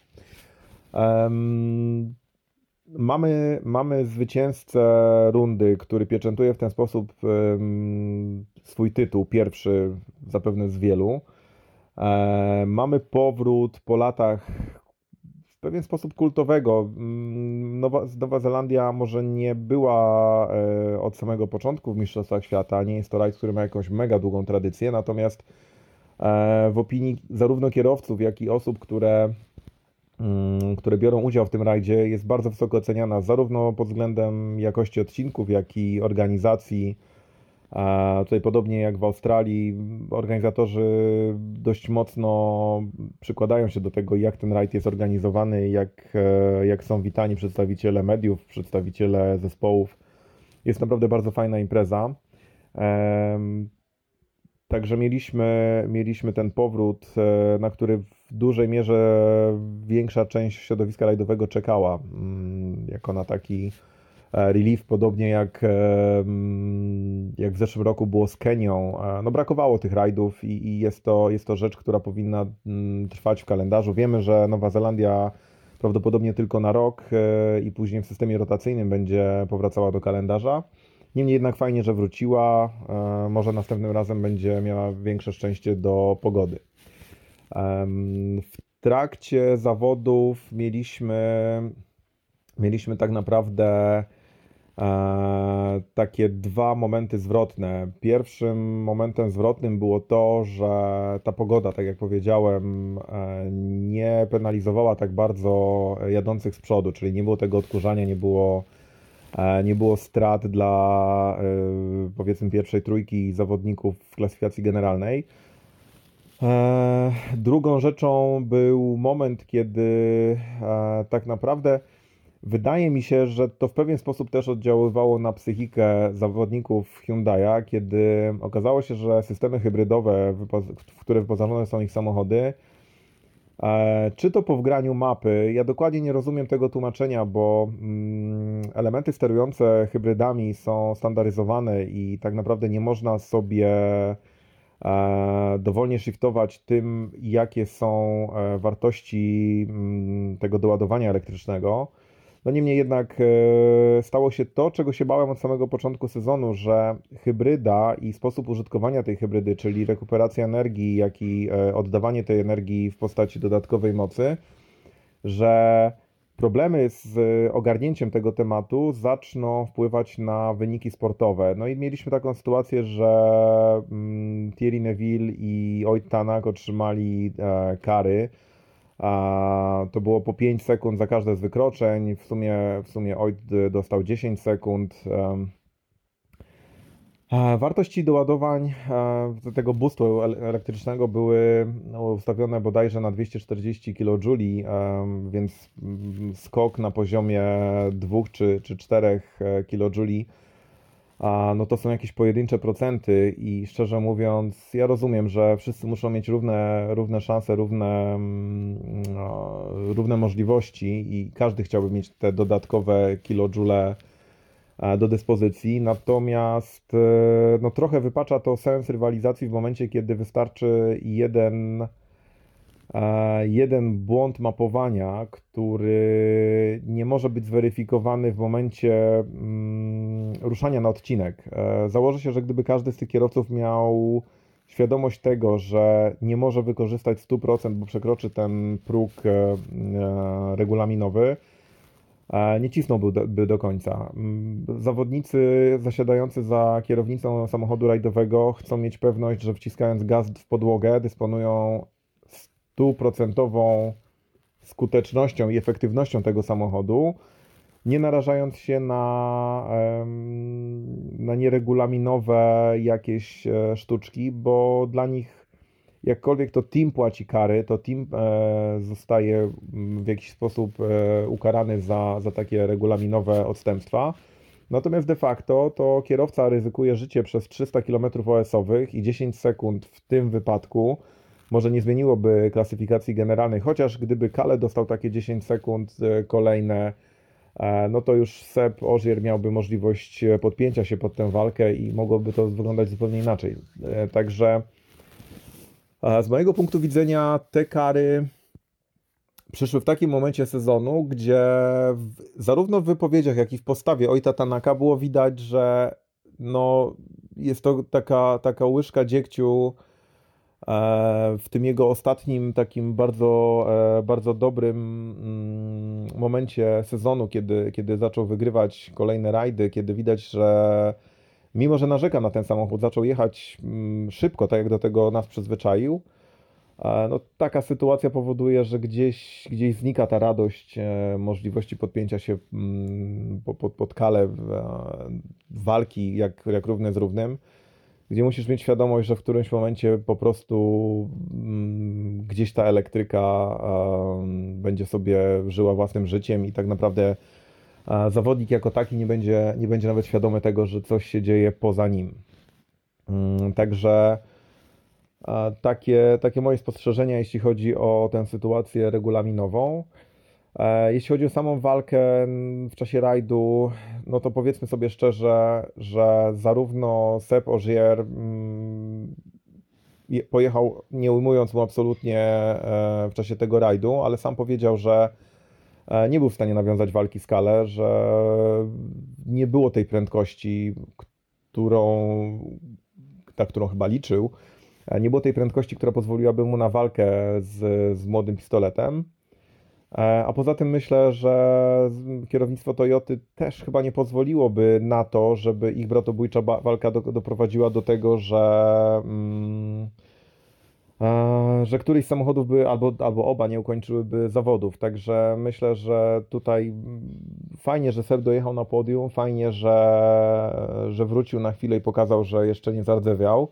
Em, Mamy, mamy zwycięzcę rundy, który pieczętuje w ten sposób em, swój tytuł, pierwszy zapewne z wielu. E, mamy powrót po latach w pewien sposób kultowego. Mm, Nowa, Nowa Zelandia może nie była e, od samego początku w Mistrzostwach Świata, nie jest to rajd, który ma jakąś mega długą tradycję, natomiast e, w opinii zarówno kierowców, jak i osób, które mm, które biorą udział w tym rajdzie, jest bardzo wysoko oceniana zarówno pod względem jakości odcinków, jak i organizacji. A tutaj podobnie jak w Australii, organizatorzy dość mocno przykładają się do tego, jak ten rajd jest organizowany, jak, e, jak są witani przedstawiciele mediów, przedstawiciele zespołów. Jest naprawdę bardzo fajna impreza. Em, Także mieliśmy, mieliśmy ten powrót, e, na który w dużej mierze większa część środowiska rajdowego czekała, mm, jako na taki e, relief, podobnie jak, e, mm, jak w zeszłym roku było z Kenią. E, No brakowało tych rajdów i, i jest to, jest to rzecz, która powinna mm, trwać w kalendarzu. Wiemy, że Nowa Zelandia prawdopodobnie tylko na rok e, i później w systemie rotacyjnym będzie powracała do kalendarza. Niemniej jednak fajnie, że wróciła. E, Może następnym razem będzie miała większe szczęście do pogody. Em, W trakcie zawodów mieliśmy, mieliśmy tak naprawdę e, takie dwa momenty zwrotne. Pierwszym momentem zwrotnym było to, że ta pogoda, tak jak powiedziałem, e, nie penalizowała tak bardzo jadących z przodu, czyli nie było tego odkurzania, nie było E, Nie było strat dla e, powiedzmy pierwszej trójki zawodników w klasyfikacji generalnej. E, Drugą rzeczą był moment, kiedy e, tak naprawdę wydaje mi się, że to w pewien sposób też oddziaływało na psychikę zawodników Hyundai'a, kiedy okazało się, że systemy hybrydowe, wypo- w które wyposażone są ich samochody, E, Czy to po wgraniu mapy? Ja dokładnie nie rozumiem tego tłumaczenia, bo mm, elementy sterujące hybrydami są standaryzowane i tak naprawdę nie można sobie e, dowolnie shiftować tym, jakie są e, wartości mm, tego doładowania elektrycznego. No niemniej jednak e, stało się to, czego się bałem od samego początku sezonu, że hybryda i sposób użytkowania tej hybrydy, czyli rekuperacja energii, jak i e, oddawanie tej energii w postaci dodatkowej mocy, że problemy z ogarnięciem tego tematu zaczną wpływać na wyniki sportowe. No i mieliśmy taką sytuację, że mm, Thierry Neuville i Ott Tanak otrzymali e, kary. A to było po pięć sekund za każde z wykroczeń. W sumie, w sumie Ott dostał dziesięć sekund. em. E, Wartości doładowań e, tego boostu el- elektrycznego były no, ustawione bodajże na dwieście czterdzieści kilojuli, em, więc mm, skok na poziomie dwa czy, czy cztery kilojuli, a no to są jakieś pojedyncze procenty i szczerze mówiąc, ja rozumiem, że wszyscy muszą mieć równe, równe szanse, równe, mm, no, równe możliwości i każdy chciałby mieć te dodatkowe kilojule e, do dyspozycji, natomiast e, no, trochę wypacza to sens rywalizacji w momencie, kiedy wystarczy jeden, e, jeden błąd mapowania, który nie może być zweryfikowany w momencie mm, ruszania na odcinek. E, Założę się, że gdyby każdy z tych kierowców miał świadomość tego, że nie może wykorzystać stu procent, bo przekroczy ten próg e, e, regulaminowy, e, nie cisnąłby do, by do końca. Mm, Zawodnicy zasiadający za kierownicą samochodu rajdowego chcą mieć pewność, że wciskając gaz w podłogę dysponują stuprocentową skutecznością i efektywnością tego samochodu, nie narażając się na, em, na nieregulaminowe jakieś e, sztuczki, bo dla nich jakkolwiek to team płaci kary, to team e, zostaje mm, w jakiś sposób e, ukarany za, za takie regulaminowe odstępstwa. Natomiast de facto to kierowca ryzykuje życie przez trzysta kilometrów O S-owych i dziesięć sekund w tym wypadku może nie zmieniłoby klasyfikacji generalnej, chociaż gdyby Kale dostał takie dziesięć sekund e, kolejne, e, no to już Seb Ogier miałby możliwość e, podpięcia się pod tę walkę i mogłoby to wyglądać zupełnie inaczej. E, Także e, z mojego punktu widzenia te kary przyszły w takim momencie sezonu, gdzie w, zarówno w wypowiedziach, jak i w postawie Oita Tanaka było widać, że no, jest to taka, taka łyżka dziegciu e, w tym jego ostatnim takim bardzo, e, bardzo dobrym mm, momencie sezonu, kiedy, kiedy zaczął wygrywać kolejne rajdy, kiedy widać, że mimo że narzeka na ten samochód, zaczął jechać mm, szybko, tak jak do tego nas przyzwyczaił. E, No, taka sytuacja powoduje, że gdzieś, gdzieś znika ta radość e, możliwości podpięcia się mm, po- pod, pod kalę e, walki jak, jak równy z równym, gdzie musisz mieć świadomość, że w którymś momencie po prostu mm, gdzieś ta elektryka e, będzie sobie żyła własnym życiem i tak naprawdę e, zawodnik jako taki nie będzie, nie będzie nawet świadomy tego, że coś się dzieje poza nim. Mm, Także a Takie, takie moje spostrzeżenia, jeśli chodzi o tę sytuację regulaminową. E, Jeśli chodzi o samą walkę mm, w czasie rajdu, no to powiedzmy sobie szczerze, że zarówno Seb Ogier mm, je- pojechał, nie ujmując mu absolutnie e, w czasie tego rajdu, ale sam powiedział, że e, nie był w stanie nawiązać walki z Kale, że nie było tej prędkości, którą, na którą chyba liczył. E, Nie było tej prędkości, która pozwoliłaby mu na walkę z, z młodym pistoletem. E, A poza tym myślę, że z- kierownictwo Toyoty też chyba nie pozwoliłoby na to, żeby ich bratobójcza ba- walka do, doprowadziła do tego, że, mm, e, że któryś z samochodów by albo, albo oba nie ukończyłyby zawodów. Także myślę, że tutaj mm, fajnie, że Seb dojechał na podium, fajnie, że, że wrócił na chwilę i pokazał, że jeszcze nie zardzewiał.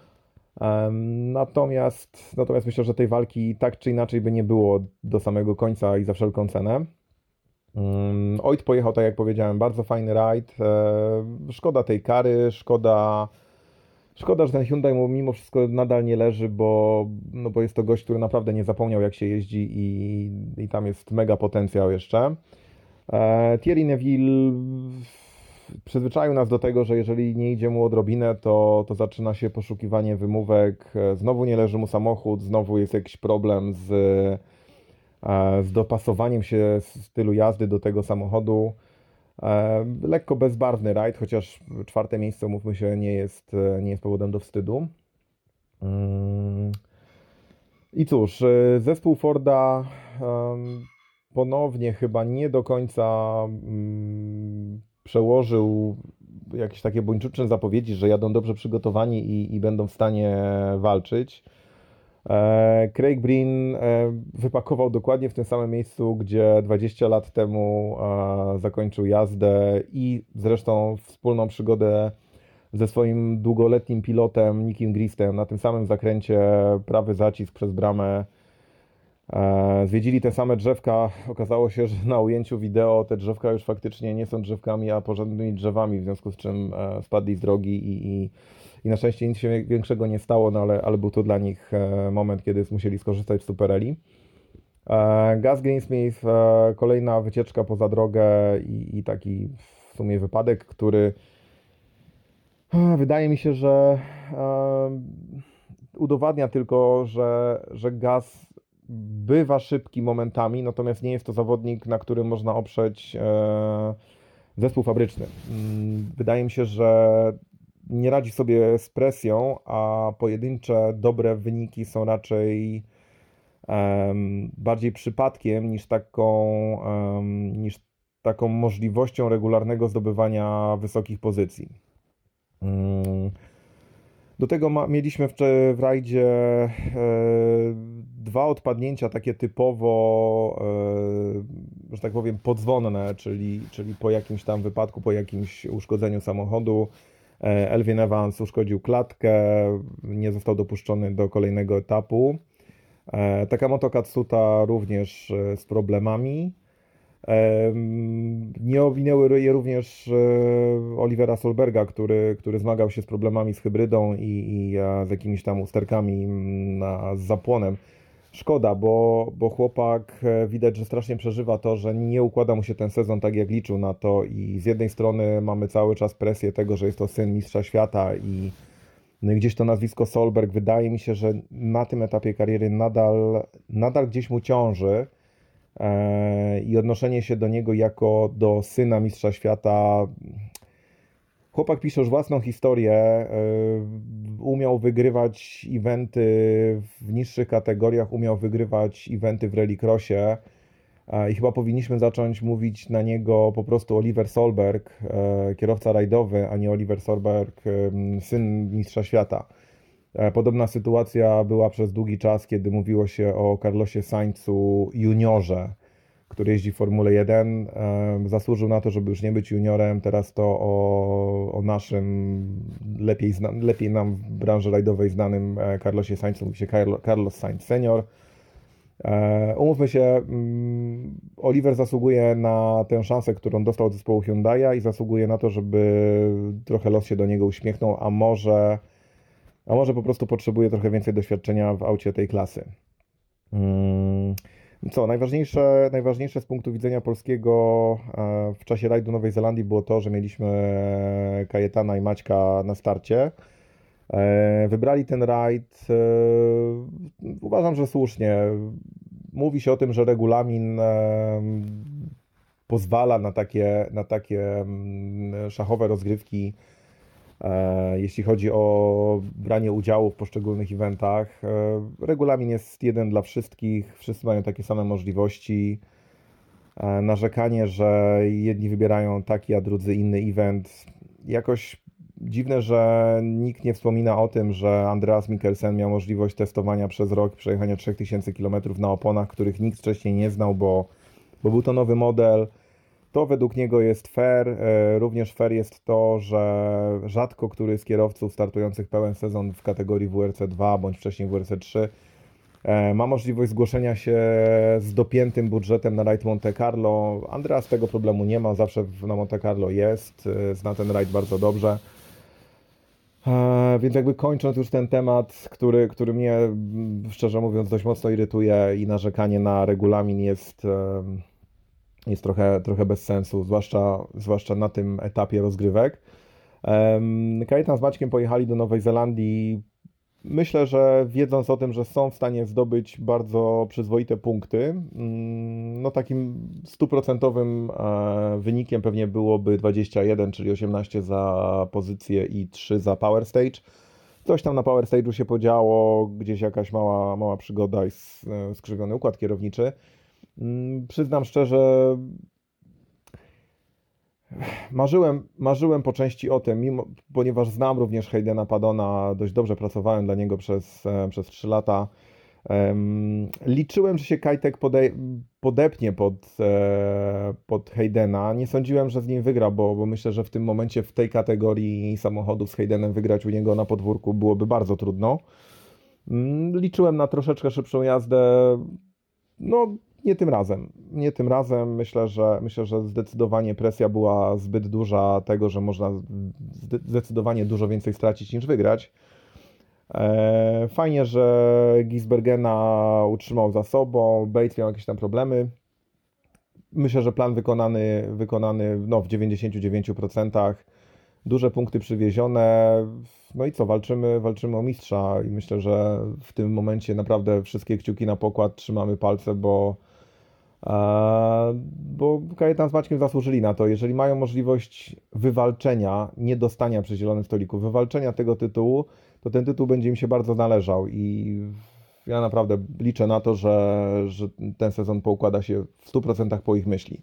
Em, Natomiast, natomiast myślę, że tej walki tak czy inaczej by nie było do samego końca i za wszelką cenę. Mm, Oit pojechał, tak jak powiedziałem, bardzo fajny rajd. E, Szkoda tej kary, szkoda, szkoda, że ten Hyundai mu mimo wszystko nadal nie leży, bo, no bo jest to gość, który naprawdę nie zapomniał, jak się jeździ i, i tam jest mega potencjał jeszcze. E, Thierry Neuville przyzwyczaił nas do tego, że jeżeli nie idzie mu odrobinę, to, to zaczyna się poszukiwanie wymówek. E, Znowu nie leży mu samochód, znowu jest jakiś problem z, e, z dopasowaniem się stylu jazdy do tego samochodu. E, Lekko bezbarwny rajd, chociaż czwarte miejsce, mówmy się, nie jest, e, nie jest powodem do wstydu. Mm. I cóż, e, zespół Forda em, ponownie chyba nie do końca mm, przełożył jakieś takie buńczuczne zapowiedzi, że jadą dobrze przygotowani i, i będą w stanie walczyć. E, Craig Breen e, wypakował dokładnie w tym samym miejscu, gdzie dwadzieścia lat temu e, zakończył jazdę i zresztą wspólną przygodę ze swoim długoletnim pilotem Nickiem Gristem na tym samym zakręcie, prawy zacisk przez bramę. E, Zwiedzili te same drzewka. Okazało się, że na ujęciu wideo te drzewka już faktycznie nie są drzewkami, a porządnymi drzewami, w związku z czym e, spadli z drogi i, i, i na szczęście nic się większego nie stało, no ale, ale był to dla nich e, moment, kiedy musieli skorzystać z Supereli. E, Gus Greensmith, e, kolejna wycieczka poza drogę i, i taki w sumie wypadek, który e, wydaje mi się, że e, udowadnia tylko, że, że Gus bywa szybki momentami, natomiast nie jest to zawodnik, na którym można oprzeć e, zespół fabryczny. Mm, Wydaje mi się, że nie radzi sobie z presją, a pojedyncze dobre wyniki są raczej em, bardziej przypadkiem niż taką, em, niż taką możliwością regularnego zdobywania wysokich pozycji. Mm, Do tego ma, mieliśmy w, w rajdzie e, dwa odpadnięcia takie typowo, e, że tak powiem, podzwonne, czyli, czyli po jakimś tam wypadku, po jakimś uszkodzeniu samochodu. E, Elfyn Evans uszkodził klatkę, nie został dopuszczony do kolejnego etapu. E, Takamoto Katsuta również e, z problemami. Nie owinęły je również Olivera Solberga, który, który zmagał się z problemami z hybrydą i, i z jakimiś tam usterkami na, z zapłonem. Szkoda, bo, bo chłopak widać, że strasznie przeżywa to, że nie układa mu się ten sezon tak, jak liczył na to i z jednej strony mamy cały czas presję tego, że jest to syn mistrza świata i no i gdzieś to nazwisko Solberg wydaje mi się, że na tym etapie kariery nadal, nadal gdzieś mu ciąży. I odnoszenie się do niego jako do syna mistrza świata. Chłopak pisze już własną historię, umiał wygrywać eventy w niższych kategoriach, umiał wygrywać eventy w rallycrossie i chyba powinniśmy zacząć mówić na niego po prostu Oliver Solberg, kierowca rajdowy, a nie Oliver Solberg, syn mistrza świata. Podobna sytuacja była przez długi czas, kiedy mówiło się o Carlosie Sainzu juniorze, który jeździ w Formule jeden. Zasłużył na to, żeby już nie być juniorem. Teraz to o, o naszym, lepiej, zna, lepiej nam w branży rajdowej znanym Carlosie Sainzu mówi się Carlos Sainz senior. Umówmy się, Oliver zasługuje na tę szansę, którą dostał od zespołu Hyundai'a i zasługuje na to, żeby trochę los się do niego uśmiechnął, a może... A może po prostu potrzebuje trochę więcej doświadczenia w aucie tej klasy. Co, najważniejsze, najważniejsze z punktu widzenia polskiego w czasie rajdu Nowej Zelandii było to, że mieliśmy Kajetana i Maćka na starcie. Wybrali ten rajd, uważam, że słusznie. Mówi się o tym, że regulamin pozwala na takie, na takie szachowe rozgrywki, jeśli chodzi o branie udziału w poszczególnych eventach. Regulamin jest jeden dla wszystkich, wszyscy mają takie same możliwości. Narzekanie, że jedni wybierają taki, a drudzy inny event. Jakoś dziwne, że nikt nie wspomina o tym, że Andreas Mikkelsen miał możliwość testowania przez rok, przejechania trzy tysiące kilometrów na oponach, których nikt wcześniej nie znał, bo, bo był to nowy model. To według niego jest fair. Również fair jest to, że rzadko który z kierowców startujących pełen sezon w kategorii W R C dwa bądź wcześniej W R C trzy ma możliwość zgłoszenia się z dopiętym budżetem na rajd Monte Carlo. Andreas tego problemu nie ma, zawsze na Monte Carlo jest, zna ten rajd bardzo dobrze. Więc jakby kończąc już ten temat, który, który mnie szczerze mówiąc dość mocno irytuje i narzekanie na regulamin jest... jest trochę, trochę bez sensu, zwłaszcza, zwłaszcza na tym etapie rozgrywek. Kajetan z Maćkiem pojechali do Nowej Zelandii, myślę, że wiedząc o tym, że są w stanie zdobyć bardzo przyzwoite punkty. No takim stuprocentowym wynikiem pewnie byłoby dwadzieścia jeden, czyli osiemnaście za pozycję i trzy za Power Stage. Coś tam na Power Stage'u się podziało, gdzieś jakaś mała, mała przygoda i skrzywiony układ kierowniczy. Przyznam szczerze, marzyłem, marzyłem po części o tym, mimo, ponieważ znam również Haydena Paddona, dość dobrze pracowałem dla niego przez, przez trzy lata. Um, liczyłem, że się Kajtek pode, podepnie pod, e, pod Haydena. Nie sądziłem, że z nim wygra, bo, bo myślę, że w tym momencie w tej kategorii samochodów z Haydenem wygrać u niego na podwórku byłoby bardzo trudno. Um, liczyłem na troszeczkę szybszą jazdę. No, nie tym razem. Nie tym razem. Myślę, że myślę, że zdecydowanie presja była zbyt duża tego, że można zdecydowanie dużo więcej stracić niż wygrać. Fajnie, że Gisbergena utrzymał za sobą, Bates miał jakieś tam problemy. Myślę, że plan wykonany, wykonany no, w dziewięćdziesięciu dziewięciu procentach. Duże punkty przywiezione. No i co, walczymy, walczymy o mistrza i myślę, że w tym momencie naprawdę wszystkie kciuki na pokład, trzymamy palce, bo, e, bo Kajetan z Maćkiem zasłużyli na to. Jeżeli mają możliwość wywalczenia, nie dostania przy zielonym stoliku, wywalczenia tego tytułu, to ten tytuł będzie im się bardzo należał i ja naprawdę liczę na to, że, że ten sezon poukłada się w stu procentach po ich myśli.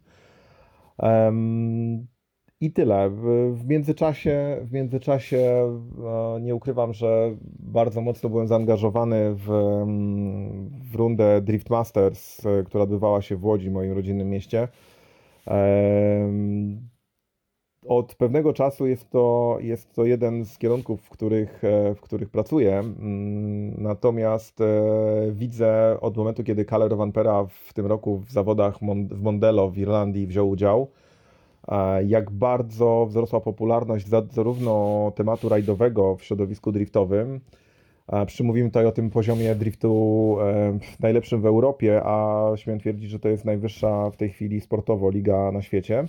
Um, I tyle. W, w międzyczasie, w międzyczasie e, nie ukrywam, że bardzo mocno byłem zaangażowany w, w rundę Drift Masters, e, która odbywała się w Łodzi, moim rodzinnym mieście. E, Od pewnego czasu jest to, jest to jeden z kierunków, w których, w których pracuję. Natomiast widzę od momentu, kiedy Kalle Rovanpera w tym roku w zawodach w Mondello w Irlandii wziął udział, jak bardzo wzrosła popularność zarówno tematu rajdowego w środowisku driftowym. Przy czym mówimy tutaj o tym poziomie driftu najlepszym w Europie, a śmiem twierdzić, że to jest najwyższa w tej chwili sportowo liga na świecie.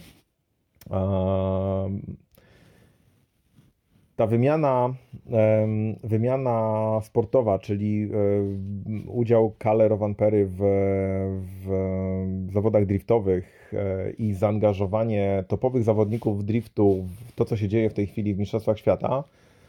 Ta wymiana, wymiana sportowa, czyli udział Kalle Rovanpery w, w zawodach driftowych i zaangażowanie topowych zawodników driftu w to, co się dzieje w tej chwili w Mistrzostwach Świata,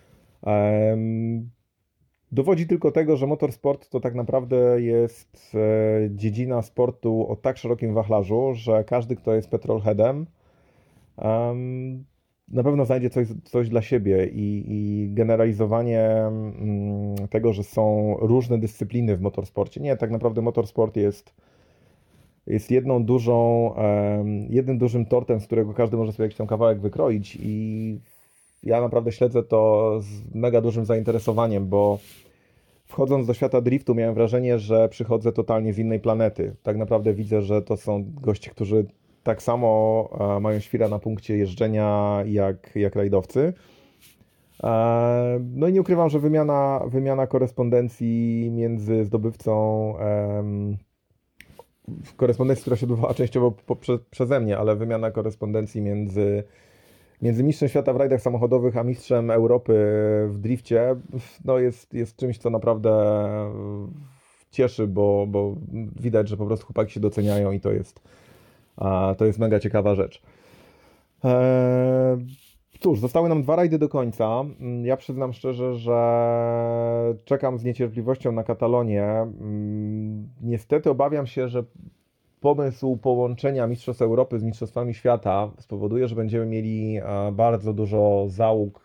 dowodzi tylko tego, że motorsport to tak naprawdę jest dziedzina sportu o tak szerokim wachlarzu, że każdy, kto jest petrolheadem, Um, na pewno znajdzie coś, coś dla siebie i, i generalizowanie um, tego, że są różne dyscypliny w motorsporcie. Nie, tak naprawdę motorsport jest, jest jedną dużą, um, jednym dużym tortem, z którego każdy może sobie jakiś tam kawałek wykroić i ja naprawdę śledzę to z mega dużym zainteresowaniem, bo wchodząc do świata driftu miałem wrażenie, że przychodzę totalnie z innej planety. Tak naprawdę widzę, że to są goście, którzy tak samo e, mają świra na punkcie jeżdżenia jak, jak rajdowcy. E, no i nie ukrywam, że wymiana, wymiana korespondencji między zdobywcą, e, korespondencji, która się odbywała częściowo po, prze, przeze mnie, ale wymiana korespondencji między, między mistrzem świata w rajdach samochodowych, a mistrzem Europy w drifcie, no jest, jest czymś, co naprawdę cieszy, bo, bo widać, że po prostu chłopaki się doceniają i to jest A to jest mega ciekawa rzecz. Eee, cóż, zostały nam dwa rajdy do końca. Ja przyznam szczerze, że czekam z niecierpliwością na Katalonię. Niestety obawiam się, że pomysł połączenia Mistrzostw Europy z Mistrzostwami Świata spowoduje, że będziemy mieli bardzo dużo załóg.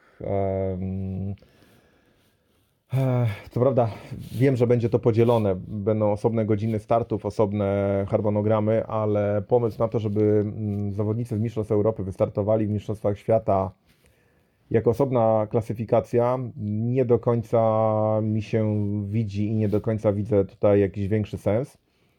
Co prawda wiem, że będzie to podzielone, będą osobne godziny startów, osobne harmonogramy, ale pomysł na to, żeby zawodnicy z Mistrzostw Europy wystartowali w Mistrzostwach Świata jako osobna klasyfikacja, nie do końca mi się widzi i nie do końca widzę tutaj jakiś większy sens.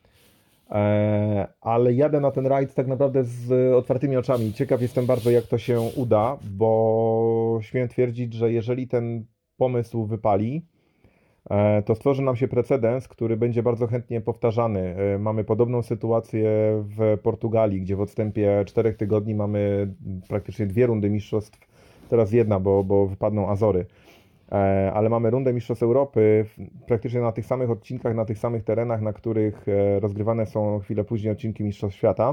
Ale jadę na ten rajd tak naprawdę z otwartymi oczami. Ciekaw jestem bardzo, jak to się uda, bo śmiem twierdzić, że jeżeli ten pomysł wypali, to stworzy nam się precedens, który będzie bardzo chętnie powtarzany. Mamy podobną sytuację w Portugalii, gdzie w odstępie czterech tygodni mamy praktycznie dwie rundy mistrzostw, teraz jedna, bo, bo wypadną Azory. Ale mamy rundę Mistrzostw Europy praktycznie na tych samych odcinkach, na tych samych terenach, na których rozgrywane są chwilę później odcinki Mistrzostw Świata.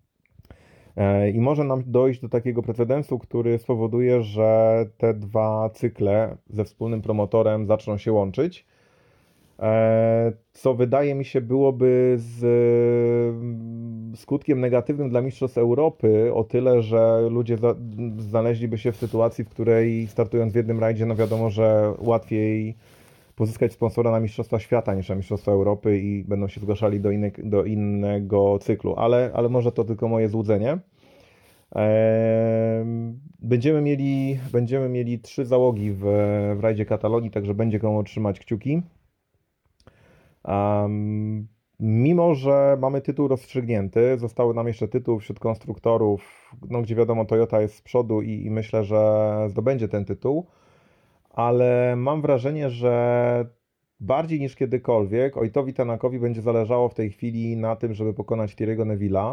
I może nam dojść do takiego precedensu, który spowoduje, że te dwa cykle ze wspólnym promotorem zaczną się łączyć, co wydaje mi się byłoby z skutkiem negatywnym dla Mistrzostw Europy o tyle, że ludzie za, znaleźliby się w sytuacji, w której startując w jednym rajdzie, no wiadomo, że łatwiej pozyskać sponsora na Mistrzostwa Świata niż na Mistrzostwa Europy i będą się zgłaszali do, inny, do innego cyklu, ale, ale może to tylko moje złudzenie. Będziemy mieli, będziemy mieli trzy załogi w, w rajdzie Katalonii, także będzie komu trzymać kciuki. Um, mimo, że mamy tytuł rozstrzygnięty, zostały nam jeszcze tytuł wśród konstruktorów, no, gdzie wiadomo Toyota jest z przodu i, i myślę, że zdobędzie ten tytuł, ale mam wrażenie, że bardziej niż kiedykolwiek Ojtowi Tanakowi będzie zależało w tej chwili na tym, żeby pokonać Thierry'ego Neville'a,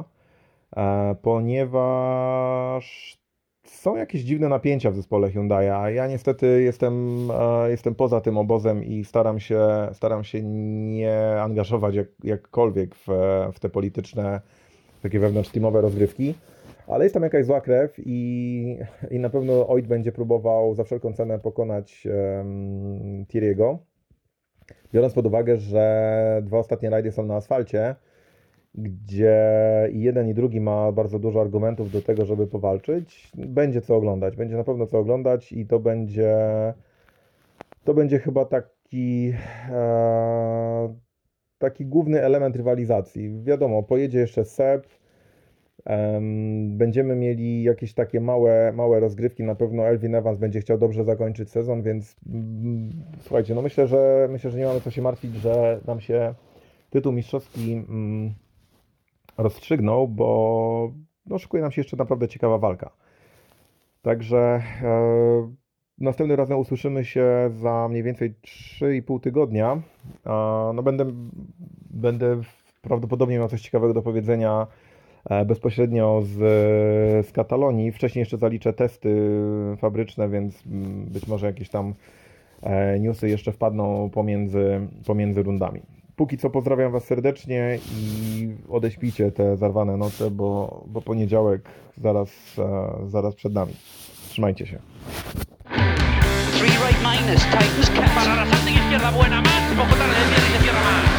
ponieważ są jakieś dziwne napięcia w zespole Hyundai, a ja niestety jestem, jestem poza tym obozem i staram się, staram się nie angażować jak, jakkolwiek w, w te polityczne, takie wewnątrzteamowe rozgrywki, ale jest tam jakaś zła krew i, i na pewno Ojt będzie próbował za wszelką cenę pokonać um, Thierry'ego, biorąc pod uwagę, że dwa ostatnie rajdy są na asfalcie, gdzie i jeden i drugi ma bardzo dużo argumentów do tego, żeby powalczyć. Będzie co oglądać, będzie na pewno co oglądać i to będzie to będzie chyba taki e, taki główny element rywalizacji. Wiadomo, pojedzie jeszcze Seb, e, będziemy mieli jakieś takie małe, małe rozgrywki, na pewno Elfyn Evans będzie chciał dobrze zakończyć sezon, więc mm, słuchajcie, no myślę, że myślę, że nie mamy co się martwić, że nam się tytuł mistrzowski mm, rozstrzygnął, bo no, szykuje nam się jeszcze naprawdę ciekawa walka. Także e, następnym razem usłyszymy się za mniej więcej trzy i pół tygodnia. E, no będę, będę prawdopodobnie miał coś ciekawego do powiedzenia e, bezpośrednio z, z Katalonii. Wcześniej jeszcze zaliczę testy fabryczne, więc m, być może jakieś tam e, newsy jeszcze wpadną pomiędzy, pomiędzy rundami. Póki co pozdrawiam Was serdecznie i odeśpijcie te zarwane noce, bo, bo poniedziałek zaraz, e, zaraz przed nami. Trzymajcie się. Three right minus, tightens cat. Para la izquierda buena, más, poco tarde, izquierda más.